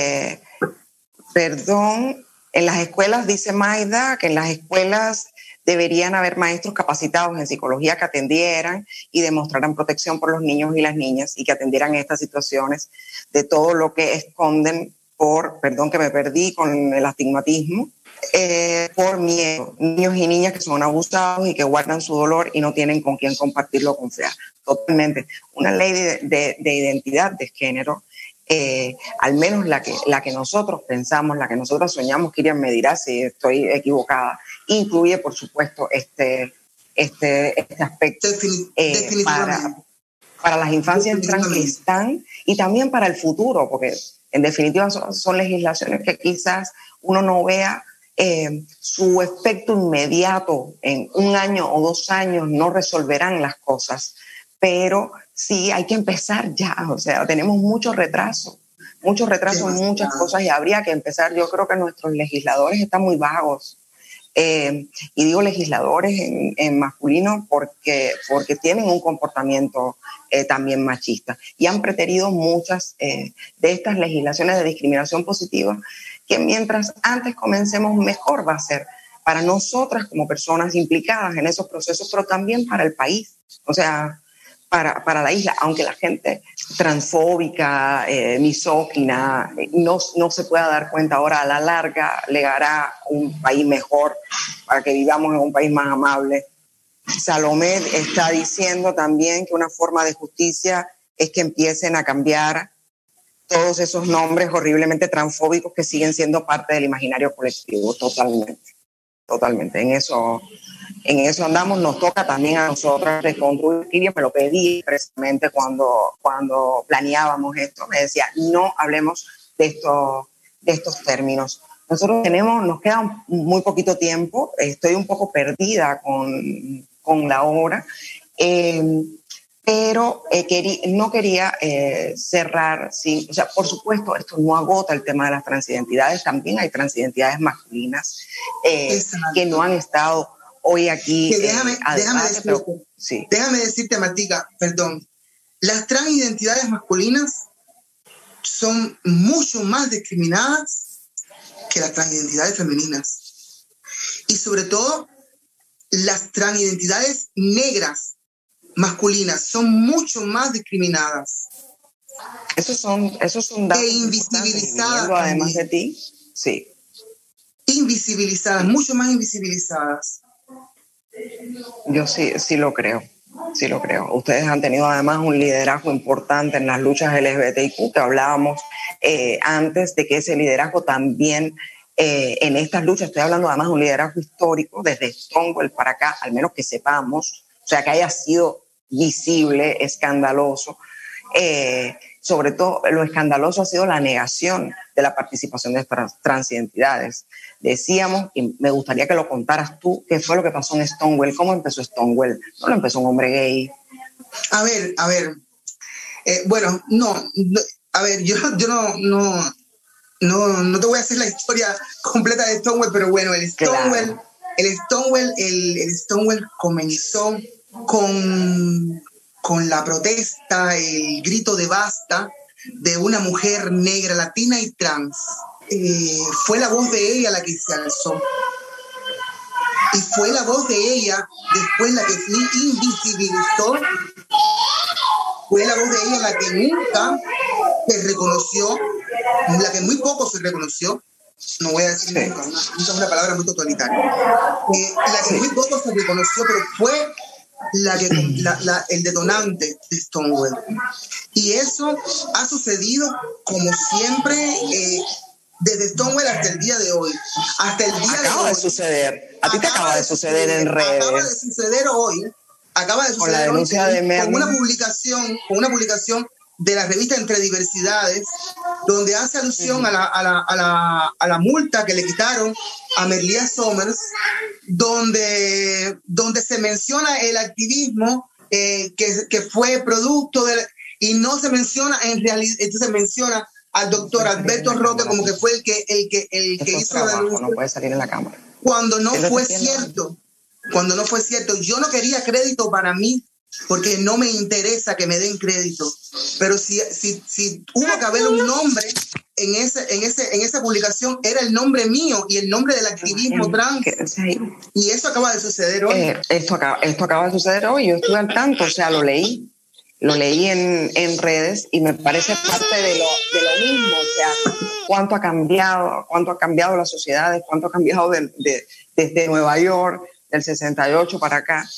perdón, en las escuelas, dice Maida, que en las escuelas deberían haber maestros capacitados en psicología que atendieran y demostraran protección por los niños y las niñas y que atendieran estas situaciones de todo lo que esconden perdón que me perdí con el astigmatismo, por miedo. Niños y niñas que son abusados y que guardan su dolor y no tienen con quién compartirlo con confiar. Totalmente. Una ley de identidad de género, al menos la que nosotros pensamos, la que nosotros soñamos, Kirian me dirá si estoy equivocada, incluye, por supuesto, este aspecto para las infancias trans que están y también para el futuro, porque en definitiva son legislaciones que quizás uno no vea su efecto inmediato en 1 año o 2 años, no resolverán las cosas, pero sí hay que empezar ya, o sea, tenemos mucho retraso en muchas cosas y habría que empezar. Yo creo que nuestros legisladores están muy vagos. Y digo legisladores en masculino porque tienen un comportamiento también machista y han preterido muchas de estas legislaciones de discriminación positiva que mientras antes comencemos mejor va a ser para nosotras como personas implicadas en esos procesos, pero también para el país, o sea, para la isla, aunque la gente transfóbica, misógina, no se pueda dar cuenta ahora, a la larga le hará un país mejor para que vivamos en un país más amable. Salomé está diciendo también que una forma de justicia es que empiecen a cambiar todos esos nombres horriblemente transfóbicos que siguen siendo parte del imaginario colectivo. Totalmente. En eso andamos. Nos toca también a nosotros reconstruir. Kirian me lo pedí precisamente cuando planeábamos esto. Me decía, no hablemos de estos términos. Nosotros nos queda muy poquito tiempo. Estoy un poco perdida con la hora. Pero no quería cerrar sin, o sea, por supuesto, esto no agota el tema de las transidentidades, también hay transidentidades masculinas que no han estado hoy aquí. Déjame decirte, Matica, perdón, las transidentidades masculinas son mucho más discriminadas que las transidentidades femeninas. Y sobre todo, las transidentidades negras masculinas son mucho más discriminadas. Esos son datos invisibilizadas. Además de ti, sí. Invisibilizadas, mucho más invisibilizadas. Yo sí lo creo. Sí lo creo. Ustedes han tenido además un liderazgo importante en las luchas LGBTIQ, que hablábamos antes de que ese liderazgo también en estas luchas, estoy hablando además de un liderazgo histórico desde Stonewall para acá, al menos que sepamos, o sea, que haya sido visible, escandaloso. Sobre todo, lo escandaloso ha sido la negación de la participación de estas transidentidades. Decíamos, y me gustaría que lo contaras tú, qué fue lo que pasó en Stonewall, cómo empezó Stonewall. No lo empezó un hombre gay. A ver. Bueno, a ver, yo no te voy a hacer la historia completa de Stonewall, pero bueno, el Stonewall comenzó con la protesta, el grito de basta de una mujer negra, latina y trans. Fue la voz de ella la que se alzó. Y fue la voz de ella después la que invisibilizó. Fue la voz de ella la que nunca se reconoció, la que muy poco se reconoció. No voy a decir nunca, es una palabra muy totalitaria. La que muy poco se reconoció, pero fue el detonante de Stonewall. Y eso ha sucedido como siempre desde Stonewall hasta el día de hoy. Hasta el día de hoy. Acaba de suceder. A ti te acaba de suceder en redes. Acaba de suceder hoy. Con la denuncia de Merlin. Con una publicación de la revista Entre Diversidades, donde hace alusión a la multa que le quitaron a Merlia Somers, donde se menciona el activismo que fue producto y no se menciona en realidad, entonces menciona al doctor Alberto Roque como que fue el que hizo la denuncia. No puede salir en la cámara. Cuando no fue cierto. Yo no quería crédito para mí, porque no me interesa que me den crédito. Pero si hubo que haber un nombre en esa publicación, era el nombre mío y el nombre del activismo trans. Y eso acaba de suceder hoy. Esto acaba de suceder hoy. Yo estuve al tanto, o sea, lo leí en redes y me parece parte de lo mismo. O sea, cuánto ha cambiado las sociedades, cuánto ha cambiado desde Nueva York, del 68 para acá.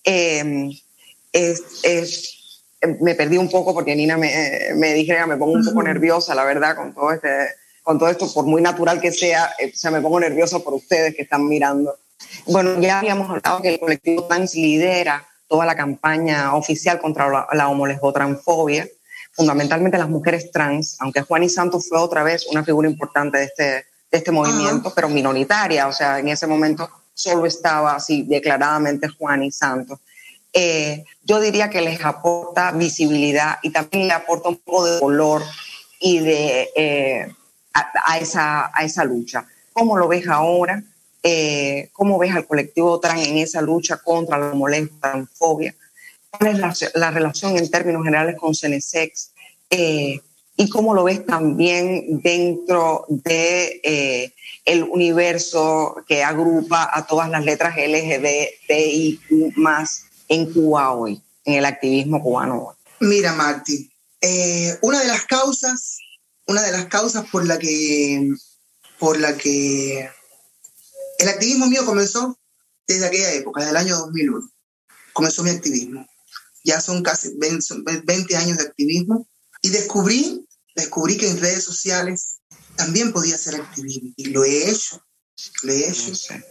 Me perdí un poco porque Nina me dijera, me pongo un poco nerviosa, la verdad, con todo esto, por muy natural que sea, me pongo nerviosa por ustedes que están mirando. Bueno, ya habíamos hablado que el colectivo trans lidera toda la campaña oficial contra la homolesbotransfobia, fundamentalmente las mujeres trans, aunque Juani Santos fue otra vez una figura importante de este movimiento, pero minoritaria, o sea, en ese momento solo estaba así declaradamente Juani Santos. Yo diría que les aporta visibilidad y también le aporta un poco de color y a esa lucha. ¿Cómo lo ves ahora? ¿Cómo ves al colectivo trans en esa lucha contra la homolesbotransfobia? ¿Cuál es la relación en términos generales con Cenesex? ¿Y cómo lo ves también dentro de el universo que agrupa a todas las letras LGBTIQ+ en Cuba hoy, en el activismo cubano hoy? Mira, Marti, una de las causas por la que el activismo mío comenzó desde aquella época, desde el año 2001. Comenzó mi activismo. Ya son casi 20 años de activismo y descubrí que en redes sociales también podía hacer activismo. Y lo he hecho. No sé.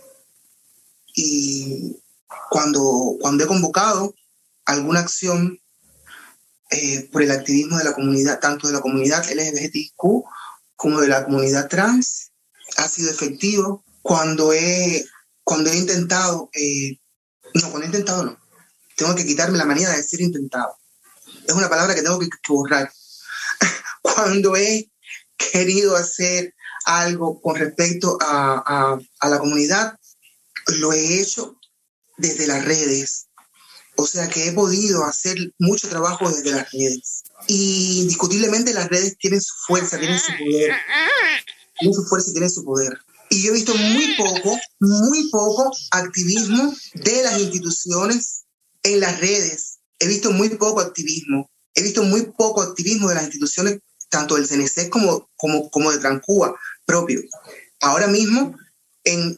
Y cuando he convocado alguna acción por el activismo de la comunidad, tanto de la comunidad LGBTQ como de la comunidad trans, ha sido efectivo. Cuando he intentado, no, tengo que quitarme la manía de decir intentado. Es una palabra que tengo que borrar. Cuando he querido hacer algo con respecto a la comunidad, lo he hecho desde las redes. O sea que he podido hacer mucho trabajo desde las redes. Y indiscutiblemente las redes tienen su fuerza, tienen su poder. Tienen su fuerza y tienen su poder. Y yo he visto muy poco activismo de las instituciones en las redes. He visto muy poco activismo. He visto muy poco activismo de las instituciones, tanto del CNC como de Transcuba propio. Ahora mismo, en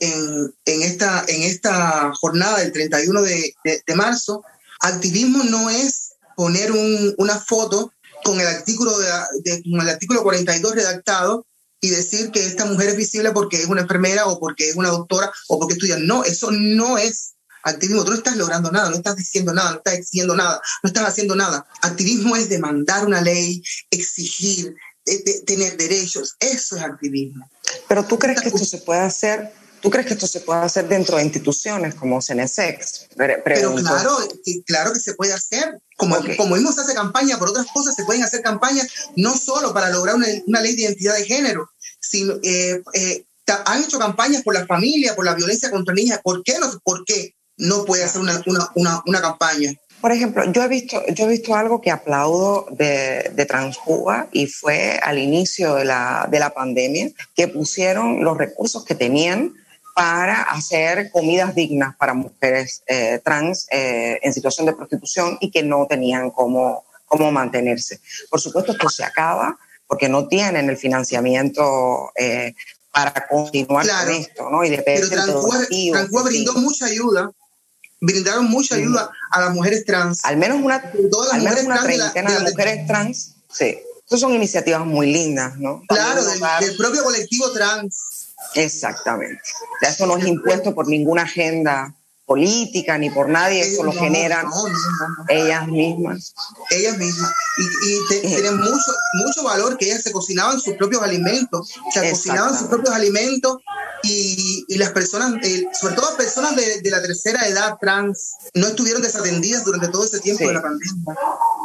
esta jornada del 31 de marzo, activismo no es poner una foto con el artículo con el artículo 42 redactado y decir que esta mujer es visible porque es una enfermera o porque es una doctora o porque estudia. No, eso no es activismo. Tú no estás logrando nada, no estás diciendo nada, no estás exigiendo nada, no estás haciendo nada. Activismo es demandar una ley, exigir, tener derechos. Eso es activismo. Pero ¿tú crees que esto se puede hacer? ¿Tú crees que esto se puede hacer dentro de instituciones como Cenesex? Pero claro que se puede hacer. Como mismo se hace campaña por otras cosas, se pueden hacer campañas no solo para lograr una ley de identidad de género, sino han hecho campañas por la familia, por la violencia contra niñas. ¿Por qué no puede hacer una campaña? Por ejemplo, yo he visto algo que aplaudo de Transcuba y fue al inicio de la pandemia, que pusieron los recursos que tenían para hacer comidas dignas para mujeres trans en situación de prostitución y que no tenían cómo mantenerse. Por supuesto, esto se acaba porque no tienen el financiamiento para continuar con esto, ¿no? Y pero Transcuba brindó mucha ayuda. Brindaron mucha ayuda a las mujeres trans. Al menos una treintena de mujeres trans, sí. Esas son iniciativas muy lindas, ¿no? Claro, del propio colectivo trans. Exactamente. O sea, eso no es impuesto por ninguna agenda política ni por nadie, eso lo generan ellas mismas. Ellas mismas. Y tienen mucho valor que ellas se cocinaban sus propios alimentos, cocinaban sus propios alimentos y las personas, sobre todo personas de la tercera edad trans, no estuvieron desatendidas durante todo ese tiempo de la pandemia.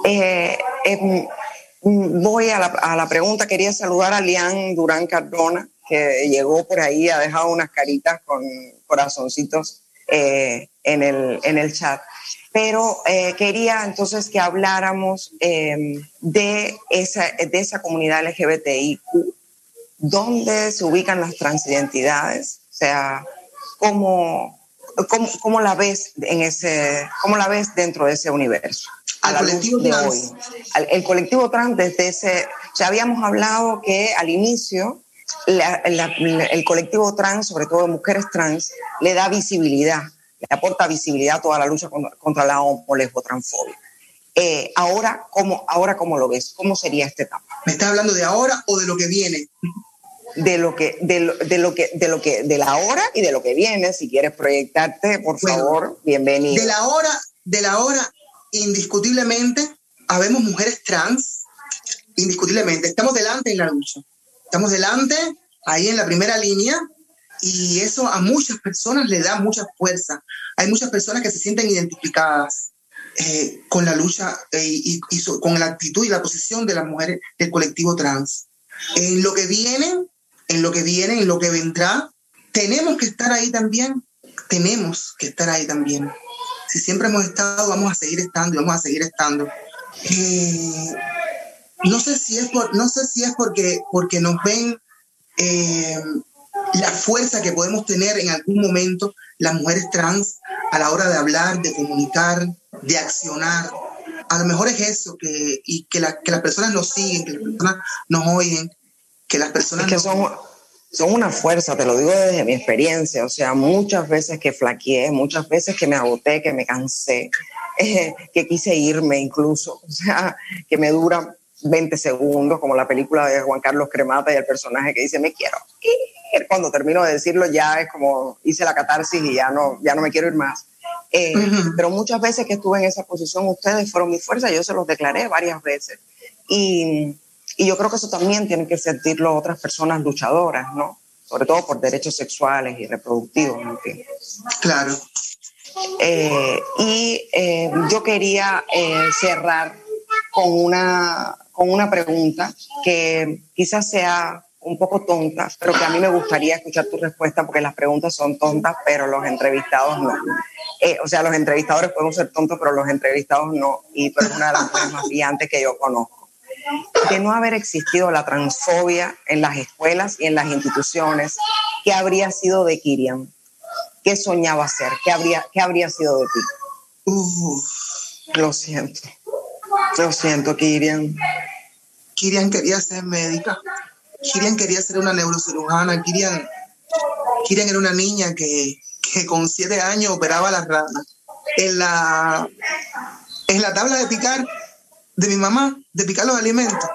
Voy a la pregunta. Quería saludar a Lian Durán Cardona, que llegó por ahí, ha dejado unas caritas con corazoncitos en el chat. Pero quería entonces que habláramos de esa comunidad LGBTIQ, dónde se ubican las transidentidades, o sea, cómo la ves cómo la ves dentro de ese universo. A la luz de hoy. El colectivo trans desde habíamos hablado que al inicio el colectivo trans, sobre todo de mujeres trans, le da visibilidad, le aporta visibilidad a toda la lucha contra la homo-lesbo-transfobia. Ahora, ¿cómo lo ves? ¿Cómo sería esta etapa? ¿Me estás hablando de ahora o de lo que viene? De la hora y de lo que viene. Si quieres proyectarte, por favor, bienvenido. De la hora, indiscutiblemente, habemos mujeres trans, indiscutiblemente. Estamos delante en la lucha. Estamos delante, ahí en la primera línea, y eso a muchas personas le da mucha fuerza. Hay muchas personas que se sienten identificadas con la lucha y con la actitud y la posición de las mujeres del colectivo trans. En lo que viene, en lo que vendrá, tenemos que estar ahí también. Tenemos que estar ahí también. Si siempre hemos estado, vamos a seguir estando y vamos a seguir estando. No sé si es porque nos ven la fuerza que podemos tener en algún momento las mujeres trans a la hora de hablar, de comunicar, de accionar. A lo mejor es eso, que las personas nos siguen, que las personas nos oyen, que las personas son una fuerza, te lo digo desde mi experiencia. O sea, muchas veces que flaqueé, muchas veces que me agoté, que me cansé, que quise irme incluso, o sea, que me dura 20 segundos, como la película de Juan Carlos Cremata y el personaje que dice, me quiero ir. Cuando termino de decirlo ya es como hice la catarsis y ya no me quiero ir más. Pero muchas veces que estuve en esa posición, ustedes fueron mi fuerza, yo se los declaré varias veces. Y yo creo que eso también tienen que sentirlo otras personas luchadoras, ¿no? Sobre todo por derechos sexuales y reproductivos, en fin. Claro. Yo quería cerrar con una pregunta que quizás sea un poco tonta, pero que a mí me gustaría escuchar tu respuesta, porque las preguntas son tontas, pero los entrevistados no. O sea, los entrevistadores podemos ser tontos, pero los entrevistados no. Y tú eres una de las mujeres más brillantes que yo conozco. De no haber existido la transfobia en las escuelas y en las instituciones, ¿qué habría sido de Kirian? ¿Qué soñaba ser? ¿Qué habría sido de ti? Lo siento, Kirian. Kirian quería ser médica. Kirian quería ser una neurocirujana. Kirian era una niña que con 7 años operaba las ranas. En la tabla de picar de mi mamá, de picar los alimentos,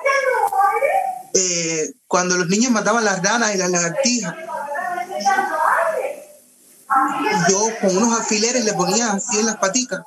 cuando los niños mataban las ranas y las lagartijas, yo con unos alfileres le ponía así en las paticas,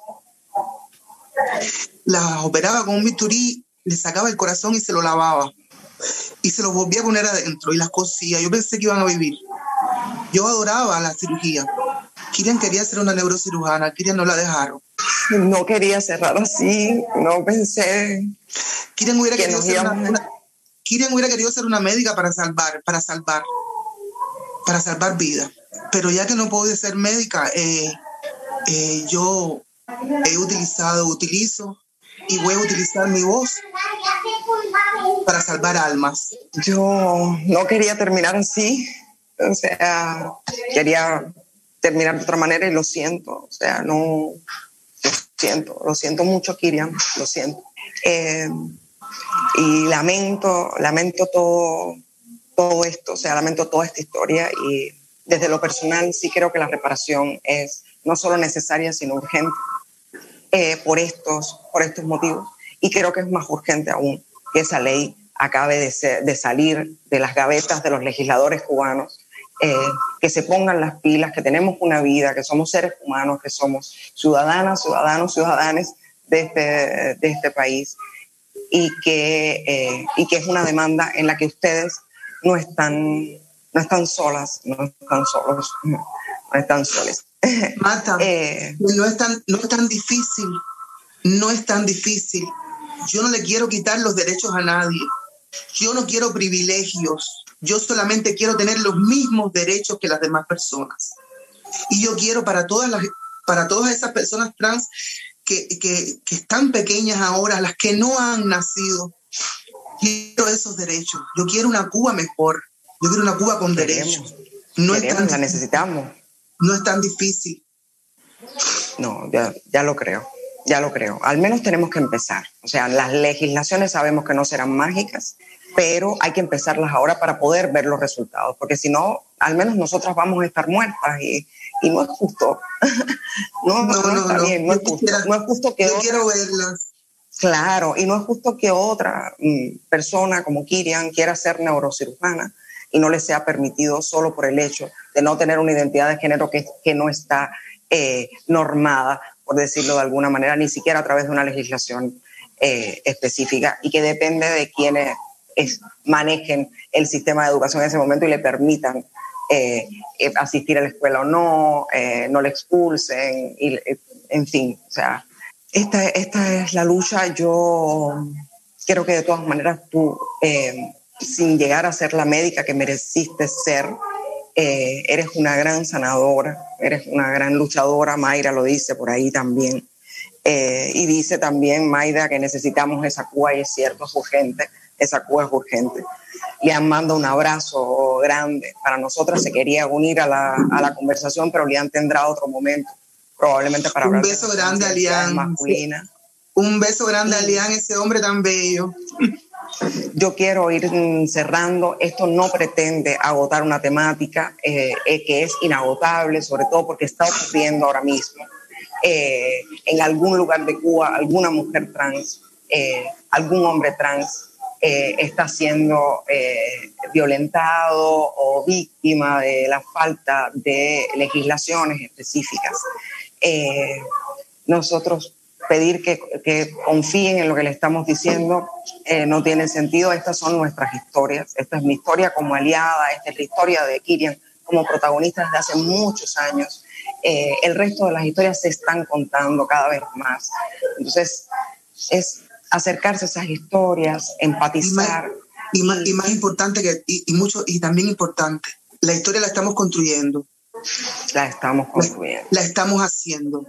las operaba con un bisturí, le sacaba el corazón y se lo lavaba y se los volvía a poner adentro y las cosía. Yo pensé que iban a vivir. Yo adoraba la cirugía. Kirian quería ser una neurocirujana. Kirian no la dejaron. No quería cerrar así, no pensé. Kirian hubiera querido ser una médica para salvar vidas. Pero ya que no pude ser médica, yo utilizo y voy a utilizar mi voz para salvar almas. Yo no quería terminar así, o sea, quería terminar de otra manera y lo siento, o sea, no, lo siento mucho, Kirian, lo siento. Y lamento todo esto, o sea, lamento toda esta historia y desde lo personal sí creo que la reparación es no solo necesaria, sino urgente por estos motivos. Y creo que es más urgente aún que esa ley acabe de salir de las gavetas de los legisladores cubanos, que se pongan las pilas, que tenemos una vida, que somos seres humanos, que somos ciudadanas, ciudadanes de este país, y que es una demanda en la que ustedes no están solas, no están solos, no están soles. Marta, no es tan difícil, no es tan difícil. Yo no le quiero quitar los derechos a nadie. Yo no quiero privilegios. Yo solamente quiero tener los mismos derechos que las demás personas. Y yo quiero para todas esas personas trans que están pequeñas ahora, las que no han nacido, quiero esos derechos. Yo quiero una Cuba mejor. Yo quiero una Cuba con derechos. La necesitamos. No es tan difícil. No, ya lo creo. Ya lo creo. Al menos tenemos que empezar. O sea, las legislaciones sabemos que no serán mágicas, pero hay que empezarlas ahora para poder ver los resultados, porque si no, al menos nosotras vamos a estar muertas y no es justo. no está bien, no es justo. No es justo que yo quiero verlas. Claro, y no es justo que otra persona como Kirian quiera ser neurocirujana y no le sea permitido solo por el hecho de no tener una identidad de género que no está normada, por decirlo de alguna manera, ni siquiera a través de una legislación específica, y que depende de quienes manejen el sistema de educación en ese momento y le permitan asistir a la escuela o no, no le expulsen, en fin. O sea, esta es la lucha. Yo creo que de todas maneras tú, sin llegar a ser la médica que mereciste ser, eres una gran sanadora, eres una gran luchadora. Mayra lo dice por ahí también. Y dice también Mayra que necesitamos esa Cuba, y es cierto, es urgente, esa Cuba es urgente. Lian manda un abrazo grande. Para nosotras se quería unir a la conversación, pero Lian tendrá otro momento, probablemente para hablar de la grande a Lian masculina. Un beso grande a Lian, ese hombre tan bello. Yo quiero ir cerrando. Esto no pretende agotar una temática que es inagotable, sobre todo porque está ocurriendo ahora mismo. En algún lugar de Cuba, alguna mujer trans, algún hombre trans está siendo violentado o víctima de la falta de legislaciones específicas. Nosotros pedir que confíen en lo que le estamos diciendo no tiene sentido. Estas son nuestras historias. Esta es mi historia como aliada, esta es la historia de Kirian como protagonista desde hace muchos años. El resto de las historias se están contando cada vez más. Entonces, es acercarse a esas historias, empatizar. Y más importante y también importante, la historia la estamos construyendo. La estamos construyendo. La estamos haciendo.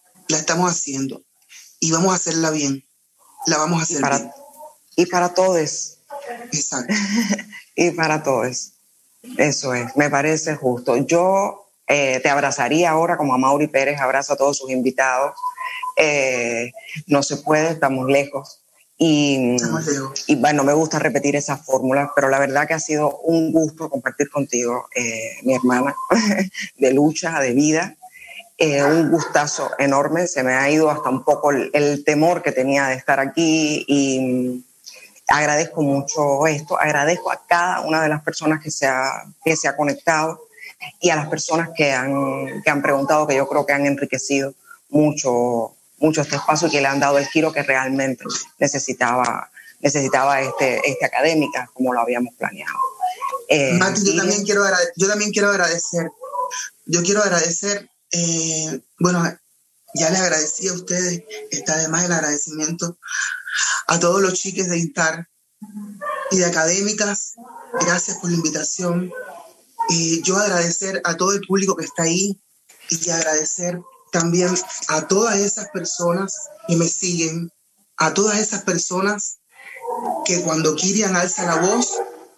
Y vamos a hacerla bien. La vamos a hacer bien. Y para todos. Exacto. Y para todos. Eso es, me parece justo. Yo te abrazaría ahora como Amaury Pérez abraza a todos sus invitados. No se puede, estamos lejos. Y bueno, me gusta repetir esas fórmulas, pero la verdad que ha sido un gusto compartir contigo, mi hermana, de lucha, de vida. Un gustazo enorme. Se me ha ido hasta un poco el temor que tenía de estar aquí, y agradezco mucho esto. Agradezco a cada una de las personas que se ha conectado, y a las personas que han preguntado, que yo creo que han enriquecido mucho este espacio y que le han dado el giro que realmente necesitaba académica, como lo habíamos planeado. Mati, yo también quiero agradecer. Yo quiero agradecer, bueno, ya les agradecí a ustedes, está además el agradecimiento a todos los chiques de INTAR y de académicas. Gracias por la invitación. Yo agradecer a todo el público que está ahí, y agradecer también a todas esas personas que me siguen, a todas esas personas que cuando Kirian alza la voz,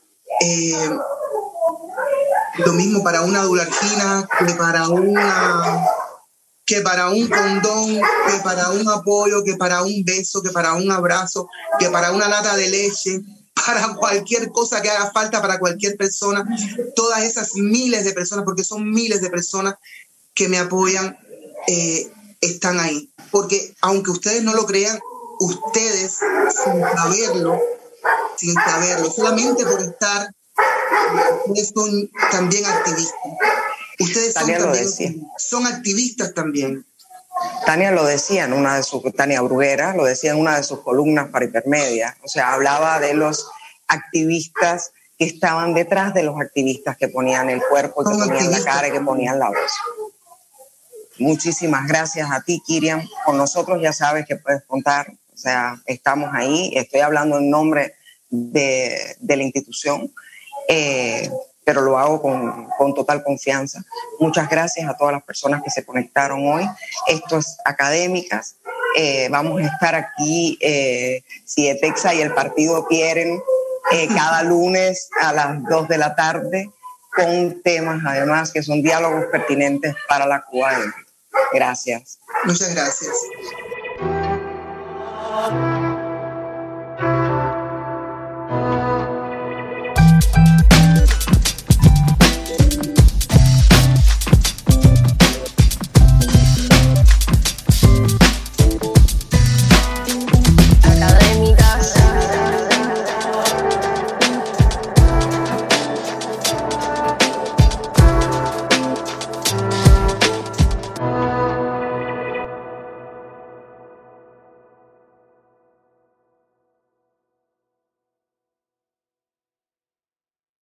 lo mismo para una dulargina, que para un condón, que para un apoyo, que para un beso, que para un abrazo, que para una lata de leche, para cualquier cosa que haga falta para cualquier persona. Todas esas miles de personas, porque son miles de personas que me apoyan, están ahí. Porque aunque ustedes no lo crean, ustedes, sin saberlo, sin saberlo, solamente por estar. Ustedes son también activistas. Ustedes son, también, son activistas también. Tania lo decía en una de sus, Tania Bruguera lo decía en una de sus columnas para Hipermedia. O sea, hablaba de los activistas que estaban detrás de los activistas que ponían el cuerpo, que ponían la cara y que ponían la voz. Muchísimas gracias a ti, Kyrian. Con nosotros ya sabes que puedes contar. O sea, estamos ahí. Estoy hablando en nombre de la institución, pero lo hago con total confianza. Muchas gracias a todas las personas que se conectaron hoy. Esto es Académicas. Vamos a estar aquí, si ETEXA y el partido quieren, cada lunes a las 2 de la tarde, con temas además que son diálogos pertinentes para la Cuba. Gracias. Muchas gracias.